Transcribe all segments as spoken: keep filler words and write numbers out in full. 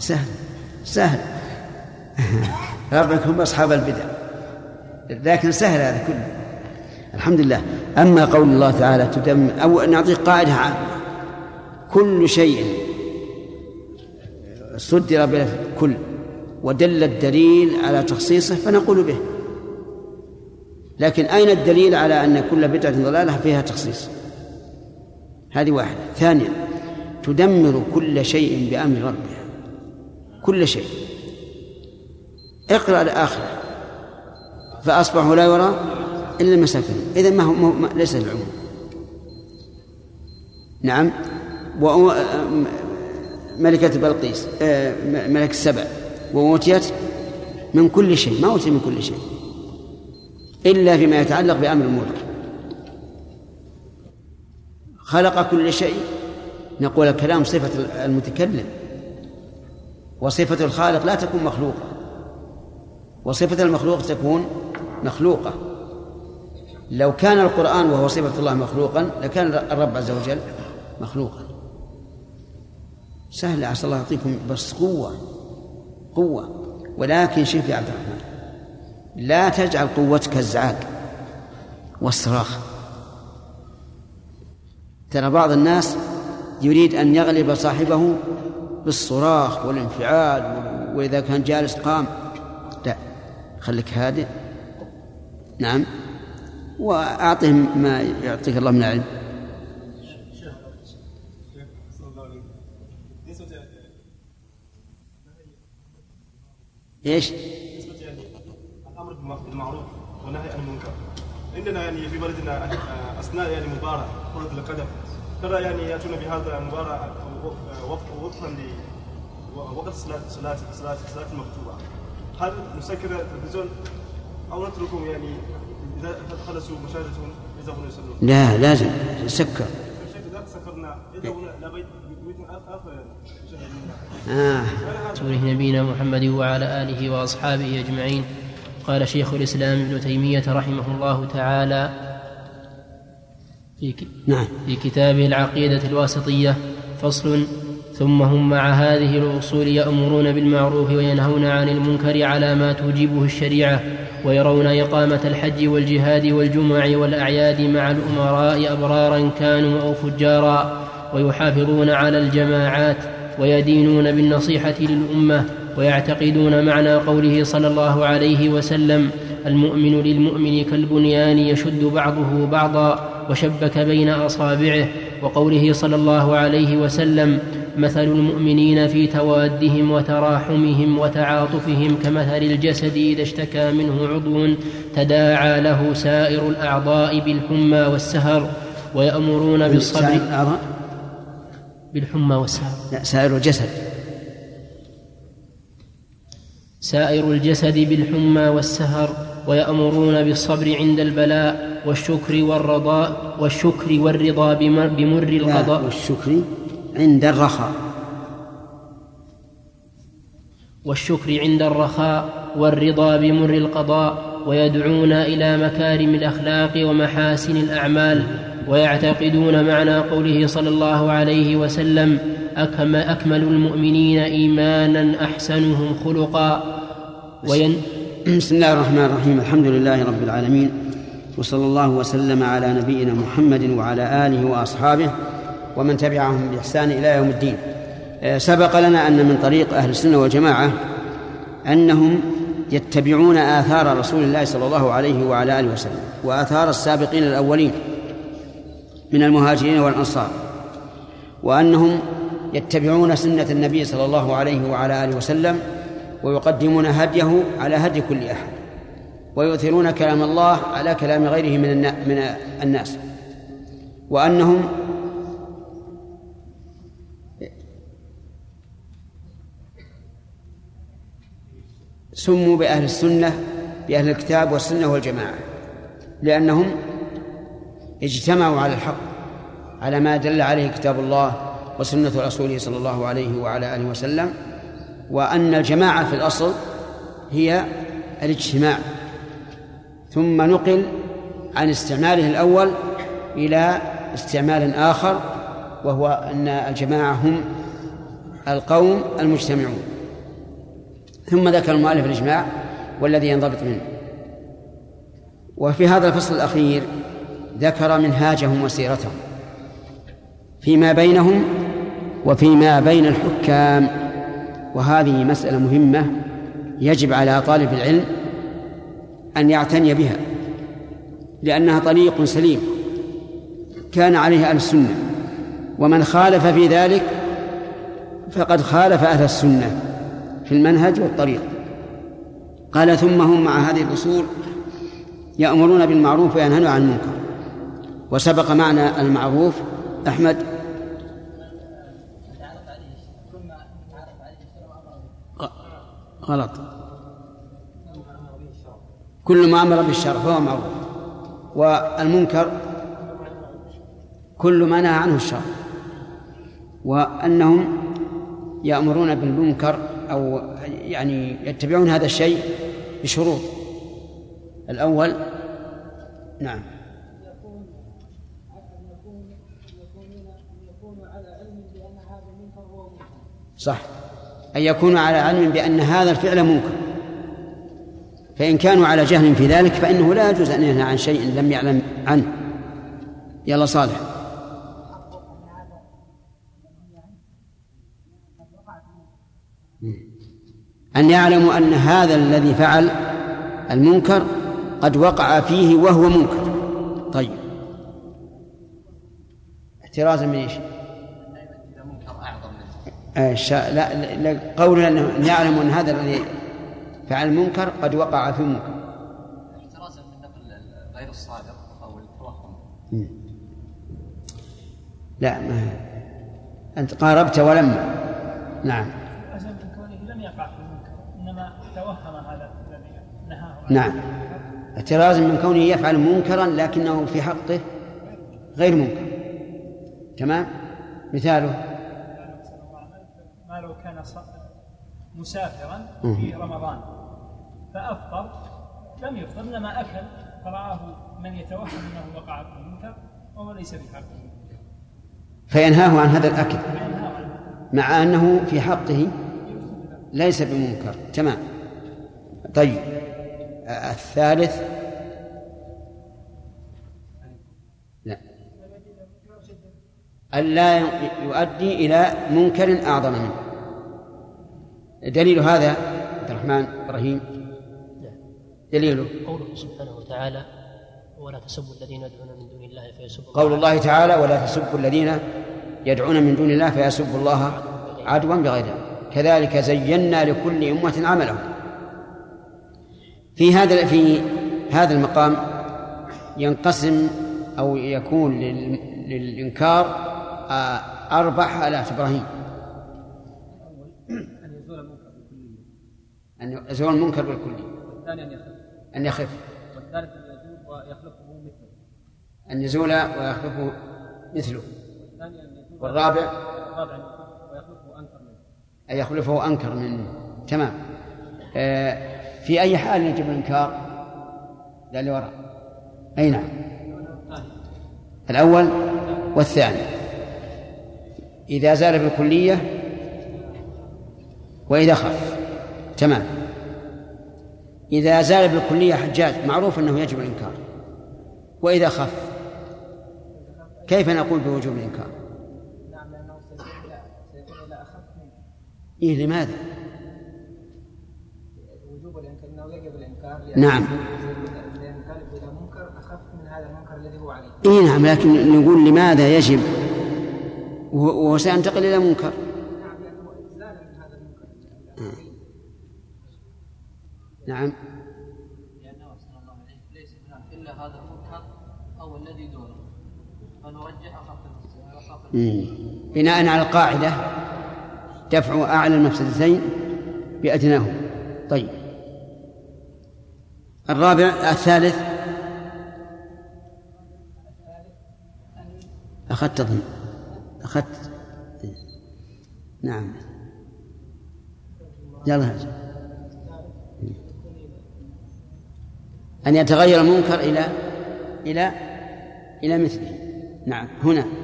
سهل سهل ربك هم أصحاب البدع، لكن سهل هذا كله الحمد لله. أما قول الله تعالى تدمر، أو نعطيك قاعدة عامة: كل شيء صدر بالكل ودل الدليل على تخصيصه فنقول به، لكن أين الدليل على أن كل بدعة ضلالة فيها تخصيص؟ هذه واحدة. ثانيا، تدمر كل شيء بأمر ربها، كل شيء. اقرأ الآخرة: فأصبحوا لا يرى إلا المساكين. إذن ما هو ما ليس العموم. نعم. وملكة بلقيس ملك السبع وأوتيت من كل شيء، ما أوتي من كل شيء إلا فيما يتعلق بأمر الملك. خلق كل شيء، نقول الكلام صفة المتكلم، وصفة الخالق لا تكون مخلوقة، وصفة المخلوق تكون مخلوقة. لو كان القرآن وهو صفة الله مخلوقا لكان الرب عز وجل مخلوقا. سهل، عسى الله يعطيكم بس قوة قوة. ولكن شوف يا عبد الرحمن، لا تجعل قوتك الزعاق والصراخ. ترى بعض الناس يريد أن يغلب صاحبه بالصراخ والانفعال، وإذا كان جالس قام. لا، خليك هادئ. نعم. وأعطهم ما يعطيك الله من العلم. ايش؟ يعني الامر بالمعروف والنهي عن المنكر عندنا يعني في بلدنا اثناء يعني مباراه كرة القدم، ترى يعني ياتون بهذا المباراه وقفا لوقت صلاه صلاه صلاه صلاه المكتوبه. هل نسكر التلفزيون او نتركهم يعني اذا خلصوا مشاهدتهم يذهبون يصلون؟ لا، لازم نسكر. اذا سكرنا يذهبون الى بيت بيت اخر. آه. رسوله نبينا محمد وعلى آله وأصحابه أجمعين. قال شيخ الإسلام ابن تيمية رحمه الله تعالى في, ك... نعم. في كتابه العقيدة الواسطية: فصل: ثم هم مع هذه الأصول يأمرون بالمعروف وينهون عن المنكر على ما توجبه الشريعة، ويرون إقامة الحج والجهاد والجمع والأعياد مع الأمراء أبرارا كانوا أو فجارا، ويحافظون على الجماعات، ويدينون بالنصيحة للأمة، ويعتقدون معنى قوله صلى الله عليه وسلم: المؤمن للمؤمن كالبنيان يشد بعضه بعضا وشبك بين أصابعه، وقوله صلى الله عليه وسلم: مثل المؤمنين في توادهم وتراحمهم وتعاطفهم كمثل الجسد إذا اشتكى منه عضو تداعى له سائر الأعضاء بالحمى والسهر، ويأمرون بالصبر. بالحمى والسهر. لا، سائر الجسد. سائر الجسد بالحمى والسهر، ويأمرون بالصبر عند البلاء والشكر والرضا والشكر والرضا بمر, بمر القضاء. لا، والشكر عند الرخاء. والشكر عند الرخاء والرضا بمر القضاء، ويدعون إلى مكارم الأخلاق ومحاسن الأعمال، ويعتقدون معنى قوله صلى الله عليه وسلم: أكمل المؤمنين إيمانا أحسنهم خلقا. وين... بسم الله الرحمن الرحيم. الحمد لله رب العالمين، وصلى الله وسلم على نبينا محمد وعلى آله وأصحابه ومن تبعهم بإحسان إلى يوم الدين. سبق لنا أن من طريق أهل السنة والجماعة أنهم يتبعون آثار رسول الله صلى الله عليه وعلى آله وسلم وآثار السابقين الأولين من المهاجرين والأنصار، وأنهم يتبعون سنة النبي صلى الله عليه وعلى آله وسلم ويقدمون هديه على هدي كل أحد، ويؤثرون كلام الله على كلام غيره من الناس، وأنهم سموا بأهل السنة بأهل الكتاب والسنة والجماعة لأنهم اجتمعوا على الحق، على ما دل عليه كتاب الله وسنة رسوله صلى الله عليه وعلى آله وسلم، وأن الجماعة في الأصل هي الاجتماع، ثم نقل عن استعماله الأول إلى استعمال آخر، وهو أن الجماعة هم القوم المجتمعون. ثم ذكر المؤلف الإجماع والذي ينضبط منه. وفي هذا الفصل الأخير ذكر منهاجهم وسيرتهم فيما بينهم وفيما بين الحكام، وهذه مسألة مهمة يجب على طالب العلم أن يعتني بها، لأنها طريق سليم كان عليه أهل السنة، ومن خالف في ذلك فقد خالف أهل السنة في المنهج والطريق. قال ثم هم مع هذه الأصول يأمرون بالمعروف وينهون عن المنكر. وسبق معنى المعروف أحمد غلط، كل ما أمر بالشرع فهو معروف، والمنكر كل ما نهى عنه الشرع. وأنهم يأمرون بالمنكر أو يعني يتبعون هذا الشيء بشروط. الأول نعم صح، أن يكونوا على علم بأن هذا الفعل منكر، فإن كانوا على جهل في ذلك فإنه لا يجوز أن ينهى عن شيء لم يعلم عنه. يلا صالح. أن يعلموا أن هذا الذي فعل المنكر قد وقع فيه وهو منكر. طيب احترازا من ايش؟ لا, لا قولنا أن يعلموا أن هذا الذي فعل المنكر قد وقع في منكر، احترازا من نقل غير الصادق أو التوهم. لا ما أنت قاربت ولما نعم من كونه لم يقع في المنكر إنما توهم هذا الذي نهاه. نعم احتراز من كونه يفعل منكرا لكنه في حقه غير منكر. تمام. مثاله ما لو كان مسافرا في رمضان فأفطر لم يفطر إنما أكل، فرآه من يتوهم أنه وقع في المنكر وهو ليس بحقه، فينهاه عن هذا الأكل مع أنه في حقه ليس بمنكر. تمام. طيب الثالث لا ألا يؤدي إلى منكر أعظم منه. دليل هذا عبد الرحمن إبراهيم دليله قوله سبحانه وتعالى ولا تسبوا الذين يدعون من دون الله فيسبوا قول الله تعالى ولا تسبوا الذين يدعون من دون الله فيسبوا الله عدوا بغير علم كذلك زينا لكل أمة عملهم. في هذا في هذا المقام ينقسم أو يكون للإنكار أربع حالات. إبراهيم أن يزول المنكر بالكلية، والثاني أن يخف، والثالث أن يزول ويخلفه مثله، أن يزول ويخلفه مثله، والثاني أن يزول والرابع الرابع ويخلفه أنكر منه، أن يخلفه أنكر منه. تمام. آه في أي حال يجب الإنكار؟ لا اللي وراء. أي نعم الأول والثاني. إذا زال بالكلية وإذا خف. تمام. إذا زال بالكلية حجاج معروف أنه يجب الإنكار، وإذا خف كيف نقول بوجوب الإنكار؟ نعم لأنه سيكون إلى أخف منه. إيه لماذا؟ وجوب الإنكار أنه يجب الإنكار. نعم لينقلب إلى منكر أخف من هذا المنكر الذي هو عليه. إيه نعم، لكن نقول لماذا يجب وسينتقل إلى منكر. نعم لأنه إزالة من هذا المنكر. نعم لأنه أحسن الله عليه ليس هناك إلا هذا المنكر أو الذي دونه، فنرجح أخف بناء على القاعدة دفع أعلى المفسدتين بأدناه. طيب الرابع الثالث أخذت أظن أخذت نعم يلا أن يتغير المنكر إلى إلى إلى مثله. نعم هنا أن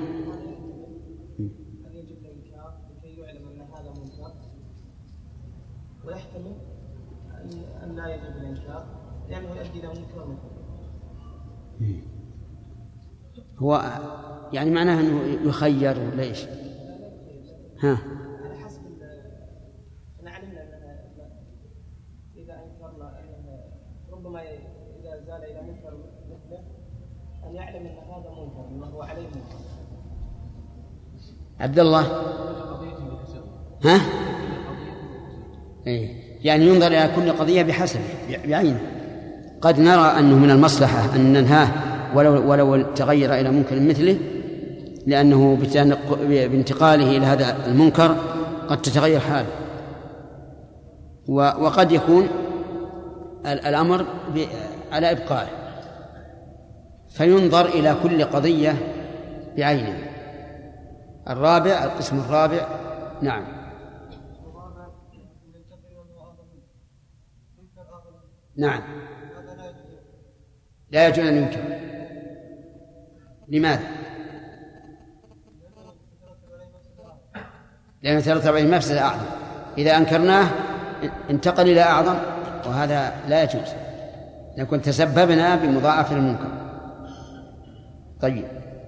يجب الإنكار لكي يعلم أن هذا منكر ويحتمل أن لا يجب الإنكار لأنه يؤدي إلى منكر مثله. هو يعني معناه أنه يخير ولا إيش؟ ها؟ على حسب أنا علمنا أننا إذا أنكرنا أنه ربما إذا زال إلى منكر مثله أن يعلم أن هذا منكر ما هو عليه منكر. عبد الله ها؟ إيه يعني ينظر إلى كل قضية بحسب بعينه. قد نرى أنه من المصلحة أن ننهاه ولو ولو تغير إلى منكر مثله، لأنه بانتقاله إلى هذا المنكر قد تتغير حاله، وقد يكون الأمر على إبقائه، فينظر إلى كل قضية بعينه. الرابع القسم الرابع نعم نعم لا يجوز أن ينكر. لماذا؟ لأنه يترتب عليه مفسدة أعظم، إذا أنكرناه انتقل إلى أعظم، وهذا لا يجوز، نكون تسببنا بمضاعفة المنكر. طيب،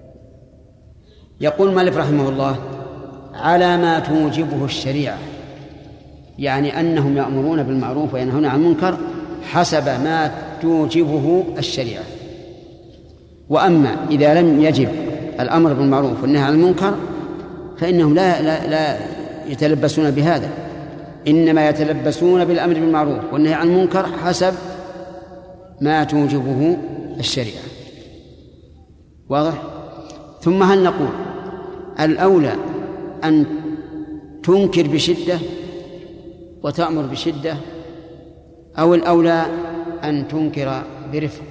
يقول مالك رحمه الله على ما توجبه الشريعة، يعني أنهم يأمرون بالمعروف وينهون عن المنكر حسب ما توجبه الشريعة. وأما إذا لم يجب الأمر بالمعروف والنهي عن المنكر فإنهم لا, لا, لا يتلبسون بهذا، إنما يتلبسون بالأمر بالمعروف والنهي عن المنكر حسب ما توجبه الشريعة. واضح؟ ثم هل نقول الأولى أن تنكر بشدة وتأمر بشدة، أو الأولى أن تنكر برفق؟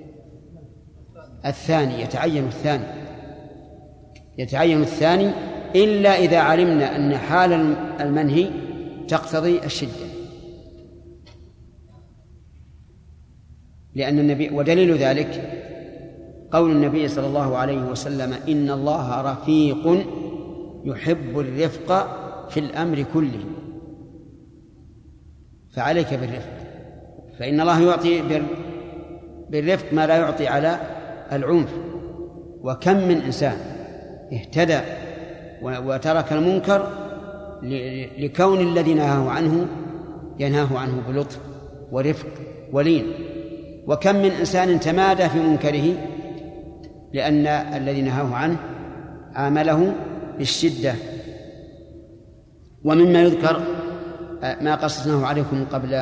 الثاني يتعين الثاني يتعين الثاني إلا إذا علمنا أن حال المنهي تقتضي الشدة، لأن النبي ودليل ذلك قول النبي صلى الله عليه وسلم إن الله رفيق يحب الرفق في الأمر كله، فعليك بالرفق، فإن الله يعطي بالرفق ما لا يعطي على العنف. وكم من إنسان اهتدى وترك المنكر لكون الذي نهاه عنه ينهاه عنه بلطف ورفق ولين، وكم من إنسان تمادى في منكره لأن الذي نهاه عنه عامله بالشدة. ومما يذكر ما قصصناه عليكم قبل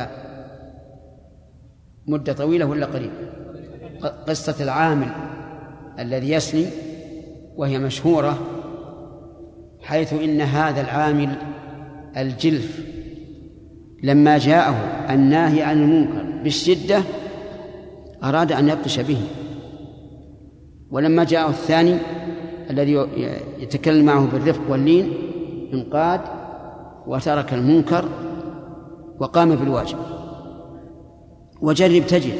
مدة طويلة ولا قريب، قصة العامل الذي يسني، وهي مشهورة، حيث إن هذا العامل الجلف لما جاءه الناهي عن المنكر بالشدة أراد أن يبطش به، ولما جاءه الثاني الذي يتكلم معه بالرفق واللين انقاد وترك المنكر وقام بالواجب. وجرب تجد،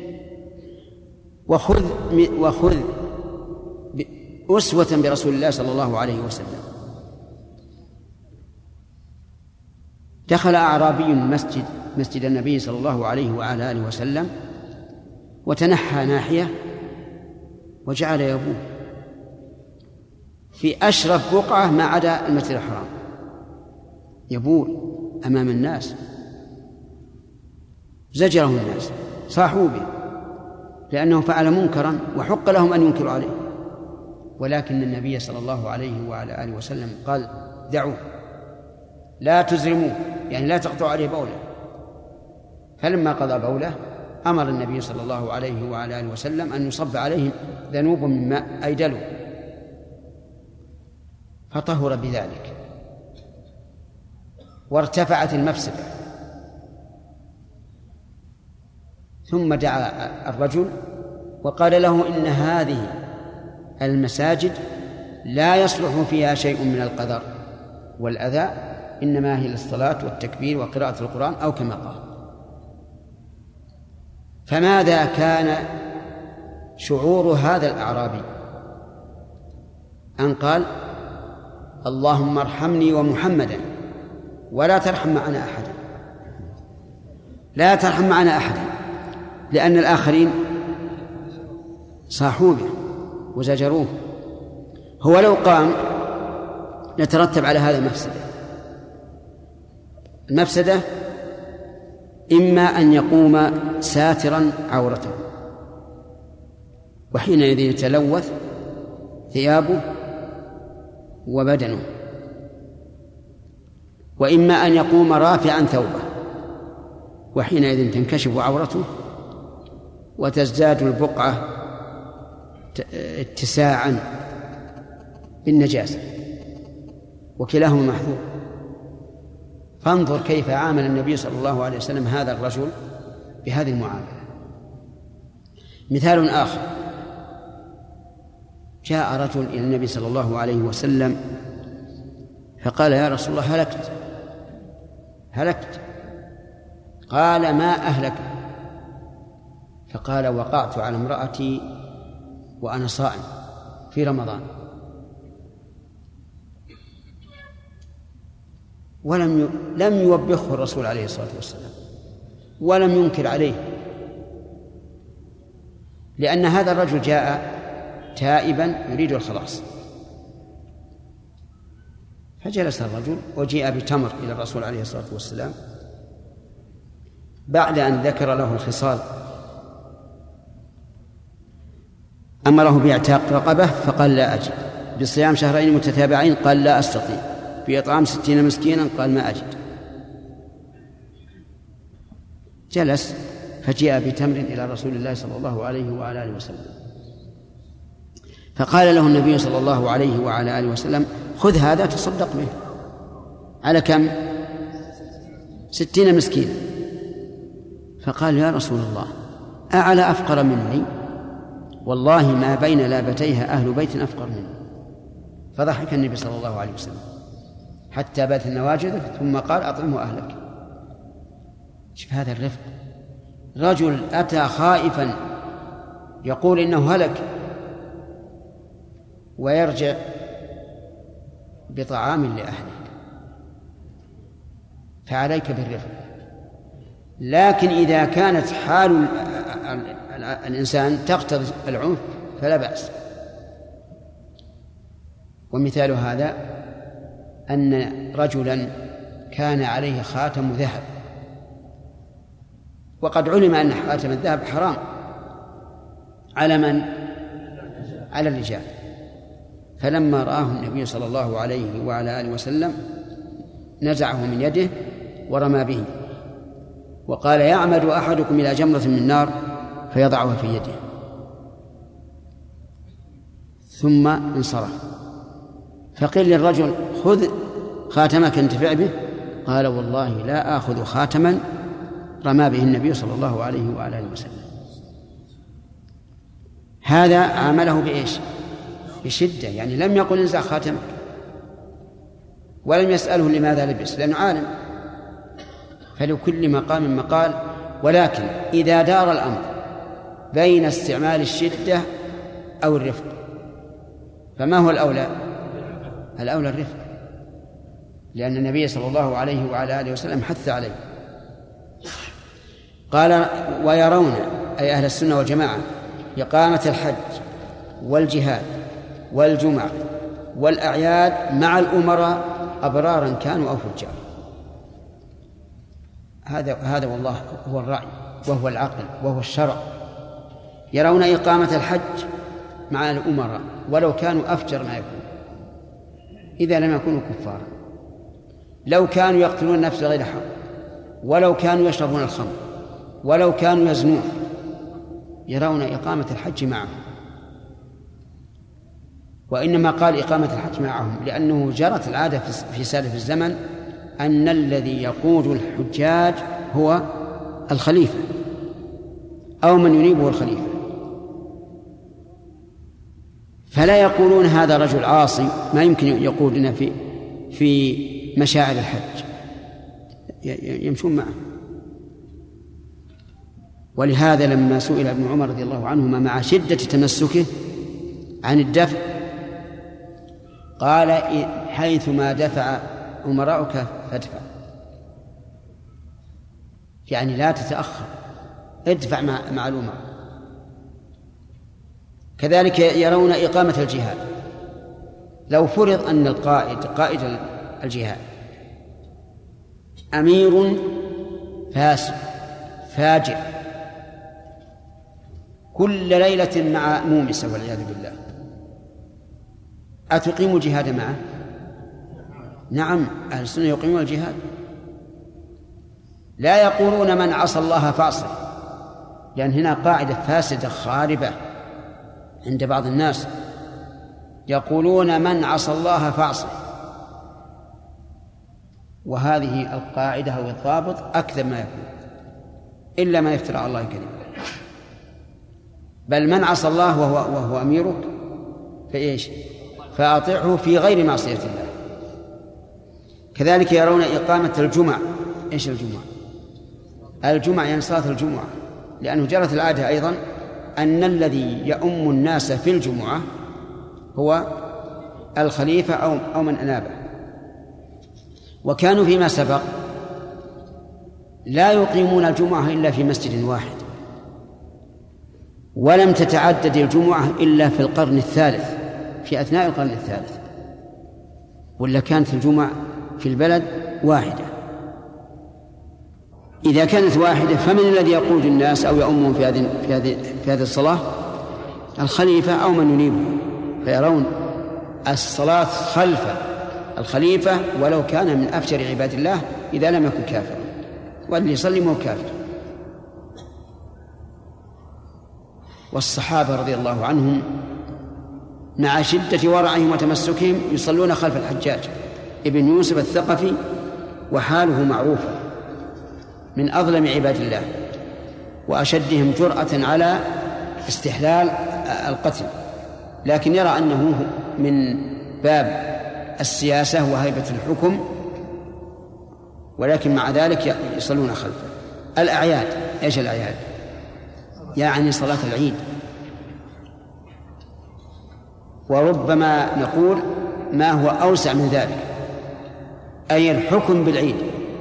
وخذ وخذ أسوة برسول الله صلى الله عليه وسلم. دخل أعرابي مسجد مسجد النبي صلى الله عليه وعلى آله وسلم وتنحى ناحية وجعل يبول في أشرف بقعة ما عدا المسجد الحرام، يبول أمام الناس. زجره الناس، صاحوا به، لأنه فعل منكرا وحق لهم أن ينكروا عليه، ولكن النبي صلى الله عليه وعلى آله وسلم قال دعوه لا تزرموه، يعني لا تقطعوا عليه بوله. فلما قضى بوله أمر النبي صلى الله عليه وعلى آله وسلم أن يصب عليهم ذنوب من ماء أي دلو، فطهر بذلك وارتفعت المفسدة. ثم دعا الرجل وقال له إن هذه المساجد لا يصلح فيها شيء من القدر والأذى، إنما هي للصلاة والتكبير وقراءة القرآن أو كما قال. فماذا كان شعور هذا الأعرابي؟ أن قال اللهم ارحمني ومحمدا ولا ترحم معنا أحدا. لا ترحم معنا أحدا، لأن الآخرين صاحوا به وزجروه. هو لو قام نترتب على هذا مفسدة. المفسدة إما أن يقوم ساترا عورته، وحينئذ يتلوث ثيابه وبدنه، وإما أن يقوم رافعا ثوبه، وحينئذ تنكشف عورته وتزداد البقعة اتساعا بالنجاسة، وكلاهما محذور. فانظر كيف عامل النبي صلى الله عليه وسلم هذا الرجل بهذه المعاملة. مثال آخر: جاء رجل إلى النبي صلى الله عليه وسلم فقال: يا رسول الله هلكت هلكت قال: ما أهلك؟ فقال: وقعت على امرأتي وأنا صائم في رمضان. ولم لم يوبخه الرسول عليه الصلاة والسلام ولم ينكر عليه، لأن هذا الرجل جاء تائبا يريد الخلاص. فجلس الرجل وجيء بتمر إلى الرسول عليه الصلاة والسلام بعد أن ذكر له الخصال. أمره باعتاق رقبة فقال: لا أجد. بصيام شهرين متتابعين قال: لا أستطيع. بإطعام ستين مسكينا قال: ما أجد. جلس فجاء بتمر إلى رسول الله صلى الله عليه وعلى آله وسلم، فقال له النبي صلى الله عليه وعلى آله وسلم: خذ هذا تصدق به. على كم؟ ستين مسكينا. فقال: يا رسول الله، أعلى أفقر مني؟ والله ما بين لابتيها أهل بيت أفقر مني. فضحك النبي صلى الله عليه وسلم حتى بات النواجذ، ثم قال: أطعمه أهلك. شوف هذا الرفق. رجل أتى خائفا يقول إنه هلك ويرجع بطعام لأهله، فعليك بالرفق. لكن إذا كانت حال الإنسان تقتضي العنف فلا بأس. ومثال هذا أن رجلا كان عليه خاتم ذهب، وقد علم أن خاتم الذهب حرام على من؟ على الرجال. فلما رآه النبي صلى الله عليه وعلى آله وسلم نزعه من يده ورمى به، وقال: يعمد أحدكم إلى جمرة من نار فيضعها في يده، ثم انصرف. فقيل للرجل: خذ خاتمك انتفع به. قال: والله لا آخذ خاتما رمى به النبي صلى الله عليه وعلى آله وسلم. هذا عامله بإيش؟ بشدة، يعني لم يقل انزع خاتمك، ولم يسأله لماذا لبس، لأنه عالم. فلكل مقام مقال. ولكن إذا دار الأمر بين استعمال الشدة أو الرفق، فما هو الأولى؟ الأولى الرفق، لأن النبي صلى الله عليه وعلى آله وسلم حث عليه. قال: ويرون، أي أهل السنة والجماعة، إقامة الحج والجهاد والجمع والأعياد مع الأمراء أبرارا كانوا أو فجار. هذا هذا والله هو الرأي وهو العقل وهو الشرع. يرون إقامة الحج مع الأمراء ولو كانوا أفجر ما يكون، إذا لم يكونوا كفارا، لو كانوا يقتلون النفس غير حق، ولو كانوا يشربون الخمر، ولو كانوا يزنون، يرون إقامة الحج معهم. وإنما قال إقامة الحج معهم لأنه جرت العادة في سالف الزمن أن الذي يقود الحجاج هو الخليفة أو من ينيبه الخليفة، فلا يقولون هذا رجل عاصي ما يمكن يقودنا في في مشاعر الحج، يمشون معه. ولهذا لما سئل ابن عمر رضي الله عنهما مع شدة تمسكه عن الدفع قال: حيثما دفع أمراؤك فادفع. يعني لا تتأخر، ادفع مع الأمراء. كذلك يرون إقامة الجهاد. لو فرض أن القائد قائد الجهاد أمير فاسق فاجر كل ليلة مع مومسة والعياذ بالله، أتقيم الجهاد معه؟ نعم، أهل السنة يقيمون الجهاد، لا يقولون من عصى الله فاعصه، لأن هنا قاعدة فاسدة خاربة عند بعض الناس، يقولون من عصى الله فاعصه، وهذه القاعدة أو الضابط أكذب ما يكون إلا من يفترى على الله كذبا. بل من عصى الله وهو, وهو أميرك فإيش؟ فأطيعه في غير معصية الله. كذلك يرون إقامة الجمعة. إيش الجمعة؟ الجمعة يعني صلاة الجمعة، لأنه جرت العادة أيضا أن الذي يؤم الناس في الجمعة هو الخليفة أو, أو من أنابه. وكانوا فيما سبق لا يقيمون الجمعة إلا في مسجد واحد، ولم تتعدد الجمعة إلا في القرن الثالث، في أثناء القرن الثالث، ولا كانت الجمعة في البلد واحدة. إذا كانت واحدة فمن الذي يقود الناس أو يؤمهم في هذه في هذه في هذه الصلاة؟ الخليفة أو من ينيبه، فيرون الصلاة خلف الخليفة ولو كان من أفجر عباد الله إذا لم يكن كافرا، واللي يصلي مو كافر. والصحابة رضي الله عنهم مع شدة ورعهم وتمسكهم يصلون خلف الحجاج ابن يوسف الثقفي، وحاله معروفة، من أظلم عباد الله وأشدهم جرأة على استحلال القتل، لكن يرى أنه من باب السياسة وهيبة الحكم، ولكن مع ذلك يصلون خلفه. الأعياد، إيش الأعياد؟ يعني صلاة العيد. وربما نقول ما هو أوسع من ذلك، أي الحكم بالعيد،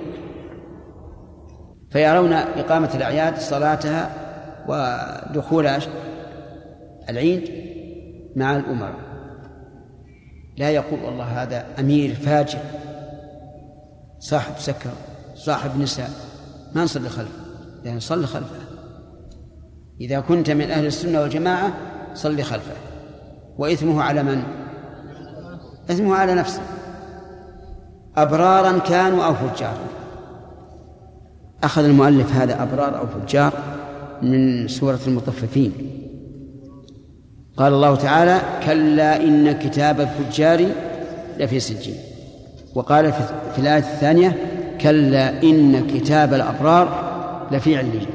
فيرون إقامة الأعياد صلاتها ودخول العيد مع الأمراء. لا يقول والله هذا أمير فاجر صاحب سكر صاحب نساء ما نصلي خلفه، يعني صلي خلفه. إذا كنت من أهل السنة والجماعة صلي خلفه. وإثمه على من؟ إثمه على نفسه، أبرارا كانوا أو فجارا. أخذ المؤلف هذا أبرار أو فجار من سورة المطففين. قال الله تعالى: كلا إن كتاب الفجار لفي سجين. وقال في الآية الثانية: كلا إن كتاب الأبرار لفي عليين.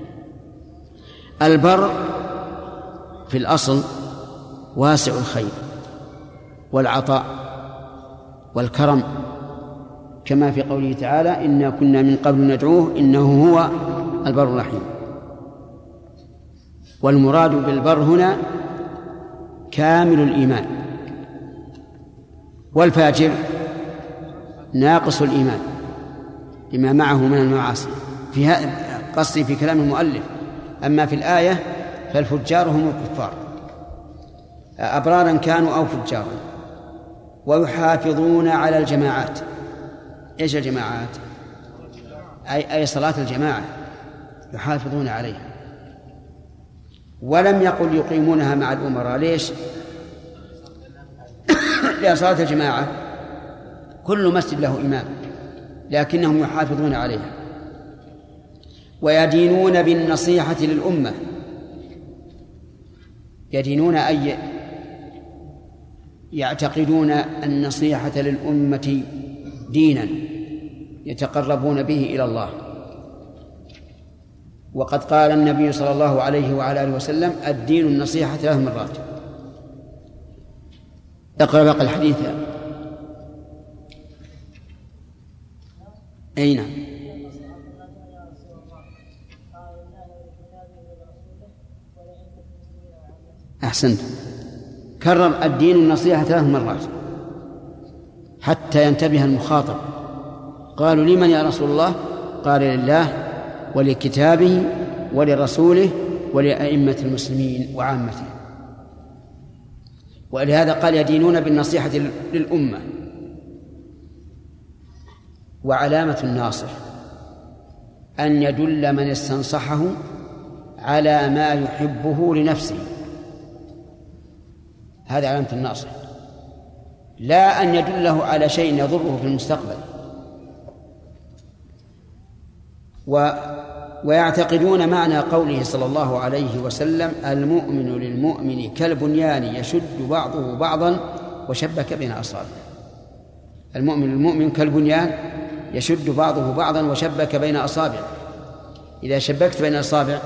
البر في الأصل واسع الخير والعطاء والكرم، كما في قوله تعالى: إنا كنا من قبل ندعوه إنه هو البر الرحيم. والمراد بالبر هنا كامل الإيمان، والفاجر ناقص الإيمان لما معه من المعاصي. في هذا قصدي في كلام المؤلف. أما في الآية فالفجار هم الكفار، أبرارا كانوا أو فجارا، ويحافظون على الجماعات. إيش الجماعات؟ أي, أي صلاة الجماعة يحافظون عليها. ولم يقل يقيمونها مع الأمراء. ليش؟ لأن صلاة الجماعة كل مسجد له إمام، لكنهم يحافظون عليها. ويدينون بالنصيحة للأمة. يدينون أي يعتقدون النصيحة للأمة دينا يتقربون به إلى الله. وقد قال النبي صلى الله عليه وعلى آله وسلم: الدين النصيحة ثلاث مرات. اقرأ بقى الحديث. أين؟ أحسنت. كرر الدين النصيحة ثلاث مرات حتى ينتبه المخاطب. قالوا: لمن يا رسول الله؟ قال: لله ولكتابه ولرسوله ولأئمة المسلمين وعامته. ولهذا قال يدينون بالنصيحة للأمة. وعلامة الناصح أن يدل من استنصحه على ما يحبه لنفسه، هذا علامة الناصح، لا أن يدله على شيء يضره في المستقبل. و ويعتقدون معنى قوله صلى الله عليه وسلم: المؤمن للمؤمن كالبنيان يشد بعضه بعضا وشبك بين أصابعه. المؤمن للمؤمن كالبنيان يشد بعضه بعضا وشبك بين أصابعه. إذا شبكت بين أصابع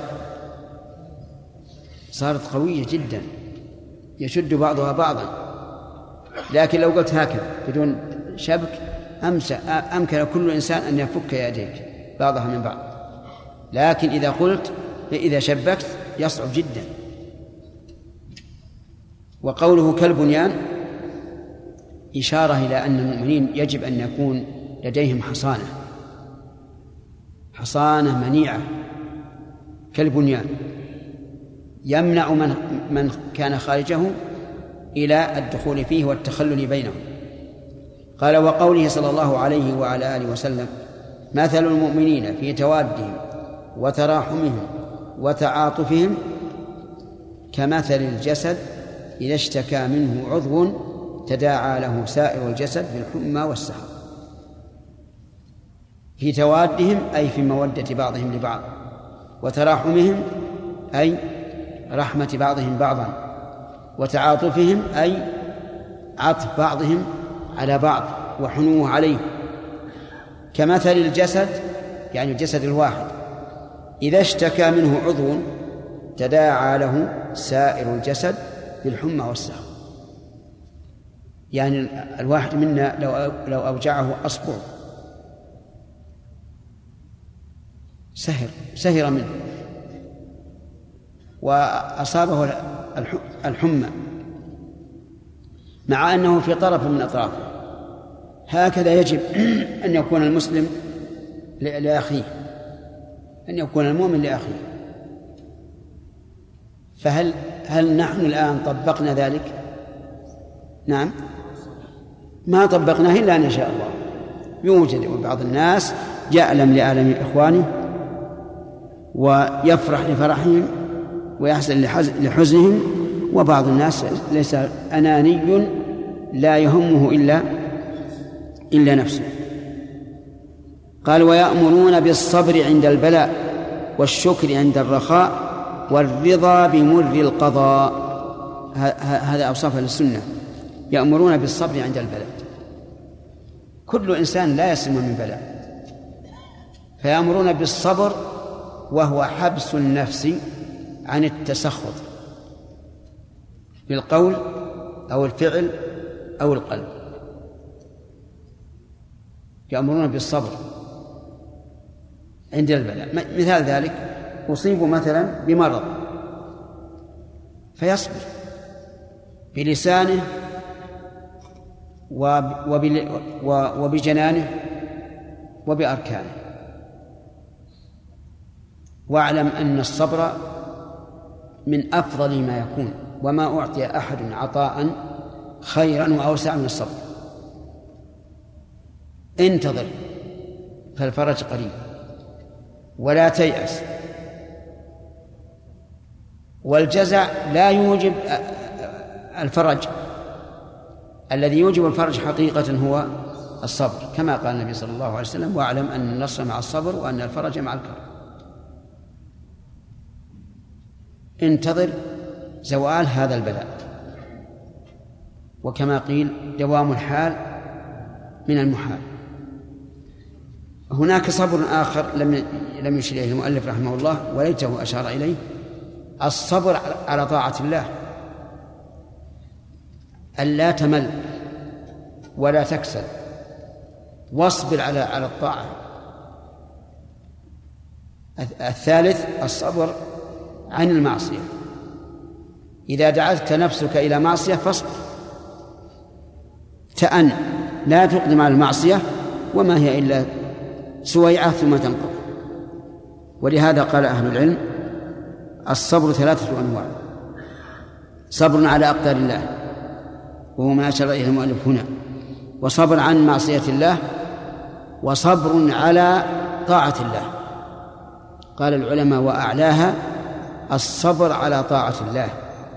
صارت قوية جدا، يشد بعضها بعضا. لكن لو قلت هكذا بدون شبك أمكن كل إنسان أن يفك يديك بعضها من بعض، لكن إذا قلت إذا شبكت يصعب جدا. وقوله كالبنيان إشارة إلى أن المؤمنين يجب أن يكون لديهم حصانة حصانة منيعة كالبنيان يمنع من, من كان خارجه إلى الدخول فيه والتخلل بينهم. قال: وقوله صلى الله عليه وعلى آله وسلم: مثل المؤمنين في توادهم وتراحمهم وتعاطفهم كمثل الجسد إذا اشتكى منه عضو تداعى له سائر الجسد بالحمى والسهر. في توادهم أي في مودة بعضهم لبعض، وتراحمهم أي رحمة بعضهم بعضا، وتعاطفهم أي عطف بعضهم على بعض وحنوه عليه. كمثل الجسد يعني الجسد الواحد إذا اشتكى منه عضو تداعى له سائر الجسد بالحمى والسهر. يعني الواحد منا لو لو أوجعه أصبع سهر سهر منه وأصابه الحمى مع أنه في طرف من أطرافه. هكذا يجب أن يكون المسلم لأخيه، أن يكون المؤمن لأخيه. فهل هل نحن الآن طبقنا ذلك؟ نعم، ما طبقناه إلا أن شاء الله. يوجد بعض الناس يألم لآلم إخوانه ويفرح لفرحهم ويحزن لحزنهم، وبعض الناس ليس أناني لا يهمه إلا إلا نفسه. قال: ويأمرون بالصبر عند البلاء والشكر عند الرخاء والرضا بمر القضاء. هذا أوصاف للسنة، يأمرون بالصبر عند البلاء. كل إنسان لا يسلم من بلاء، فيأمرون بالصبر وهو حبس النفس عن التسخط بالقول أو الفعل أو القلب. يأمرون بالصبر عند البلاء. مثال ذلك: أصيب مثلا بمرض فيصبر بلسانه وبجنانه وبأركانه. واعلم أن الصبر من أفضل ما يكون، وما أعطي أحد عطاء خيرا وأوسع من الصبر. انتظر فالفرج قريب، ولا تيأس. والجزع لا يوجب الفرج، الذي يوجب الفرج حقيقة هو الصبر، كما قال النبي صلى الله عليه وسلم: واعلم أن النصر مع الصبر وأن الفرج مع الكرب. انتظر زوال هذا البلاء، وكما قيل: دوام الحال من المحال. هناك صبر آخر لم لم يشير إليه المؤلف رحمه الله وليته أشار إليه: الصبر على طاعة الله، ألا تمل ولا تكسل، واصبر على على الطاعة. الثالث الصبر عن المعصية. إذا دعتك نفسك إلى معصية فاصبر، تأن، لا تقدم على المعصية وما هي إلا سويعة ثم تنقض. ولهذا قال أهل العلم الصبر ثلاثة أنواع: صبر على أقدار الله وهو ما أشار إليه المؤلف هنا، وصبر عن معصية الله، وصبر على طاعة الله. قال العلماء: وأعلاها الصبر على طاعة الله،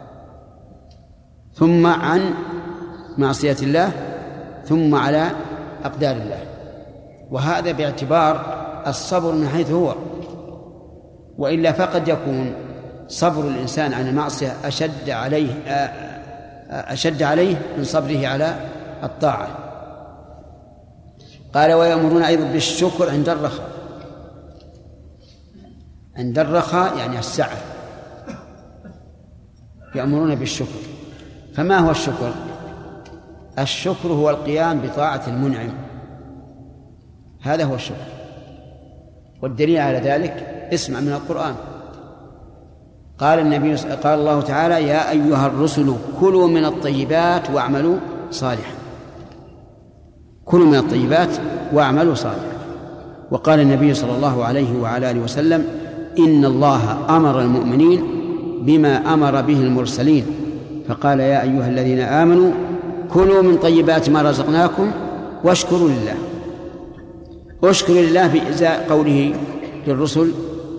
ثم عن معصية الله، ثم على أقدار الله. وهذا باعتبار الصبر من حيث هو، وإلا فقد يكون صبر الإنسان عن المعصية أشد عليه أشد عليه من صبره على الطاعة. قال: ويأمرون أيضا بالشكر عند الرخاء. عند الرخاء يعني السعة، يأمرون بالشكر. فما هو الشكر؟ الشكر هو القيام بطاعة المنعم، هذا هو الشكر. والدليل على ذلك اسمع من القرآن. قال النبي قال الله تعالى: يا أيها الرسل كلوا من الطيبات واعملوا صالحا. كلوا من الطيبات واعملوا صالحا. وقال النبي صلى الله عليه وعلى آله وسلم: إن الله أمر المؤمنين بما أمر به المرسلين، فقال: يا أيها الذين آمنوا كلوا من طيبات ما رزقناكم واشكروا لله. اشكر لله بإزاء قوله للرسل: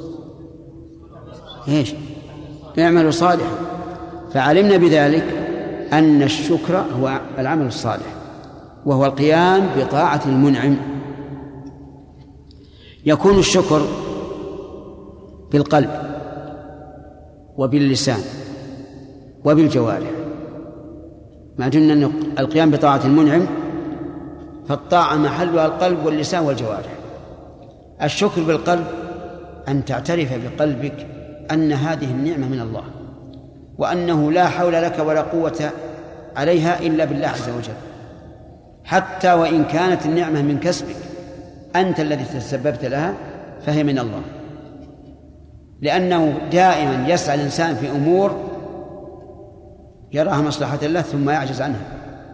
ايش؟ اعملوا صالحا. فعلمنا بذلك أن الشكر هو العمل الصالح، وهو القيام بطاعة المنعم. يكون الشكر بالقلب وباللسان وبالجوارح. ما دمنا أن القيام بطاعة المنعم فالطاعة محلها القلب واللسان والجوارح. الشكر بالقلب أن تعترف بقلبك أن هذه النعمة من الله، وأنه لا حول لك ولا قوة عليها إلا بالله عز وجل، حتى وإن كانت النعمة من كسبك أنت الذي تسببت لها فهي من الله. لأنه دائما يسعى الإنسان في أمور يراها مصلحة الله ثم يعجز عنها.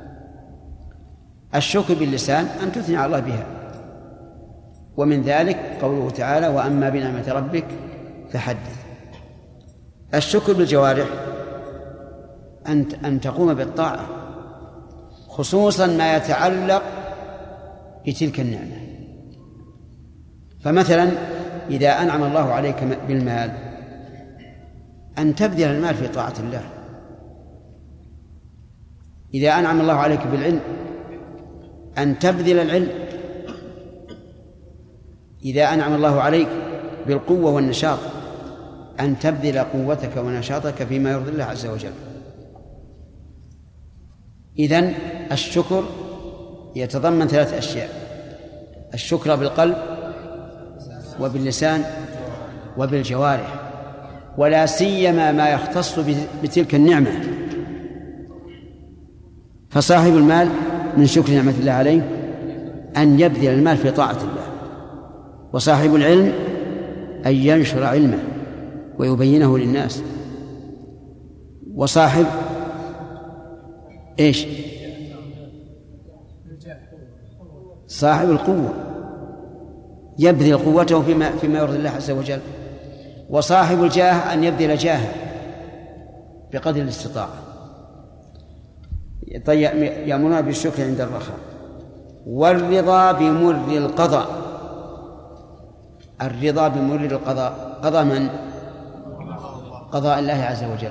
الشكر باللسان أن تثني على الله بها، ومن ذلك قوله تعالى: وأما بنعمة ربك فحدث. الشكر بالجوارح أن أن تقوم بالطاعة، خصوصا ما يتعلق بتلك النعمة. فمثلا إذا أنعم الله عليك بالمال أن تبذل المال في طاعة الله. إذا أنعم الله عليك بالعلم أن تبذل العلم. إذا أنعم الله عليك بالقوة والنشاط أن تبذل قوتك ونشاطك فيما يرضي الله عز وجل. إذن الشكر يتضمن ثلاث أشياء: الشكر بالقلب وباللسان وبالجوارح، ولا سيما ما يختص بتلك النعمة. فصاحب المال من شكر نعمة الله عليه أن يبذل المال في طاعة الله، وصاحب العلم أن ينشر علمه ويبينه للناس، وصاحب إيش؟ صاحب القوة يبذل قوته فيما, فيما يرضي الله عز وجل، وصاحب الجاه أن يبذل جاهه بقدر الاستطاعة. يأمرون بالشكر عند الرخاء، والرضا بمر القضاء. الرضا بمر القضاء، قضاء من؟ قضاء الله عز وجل.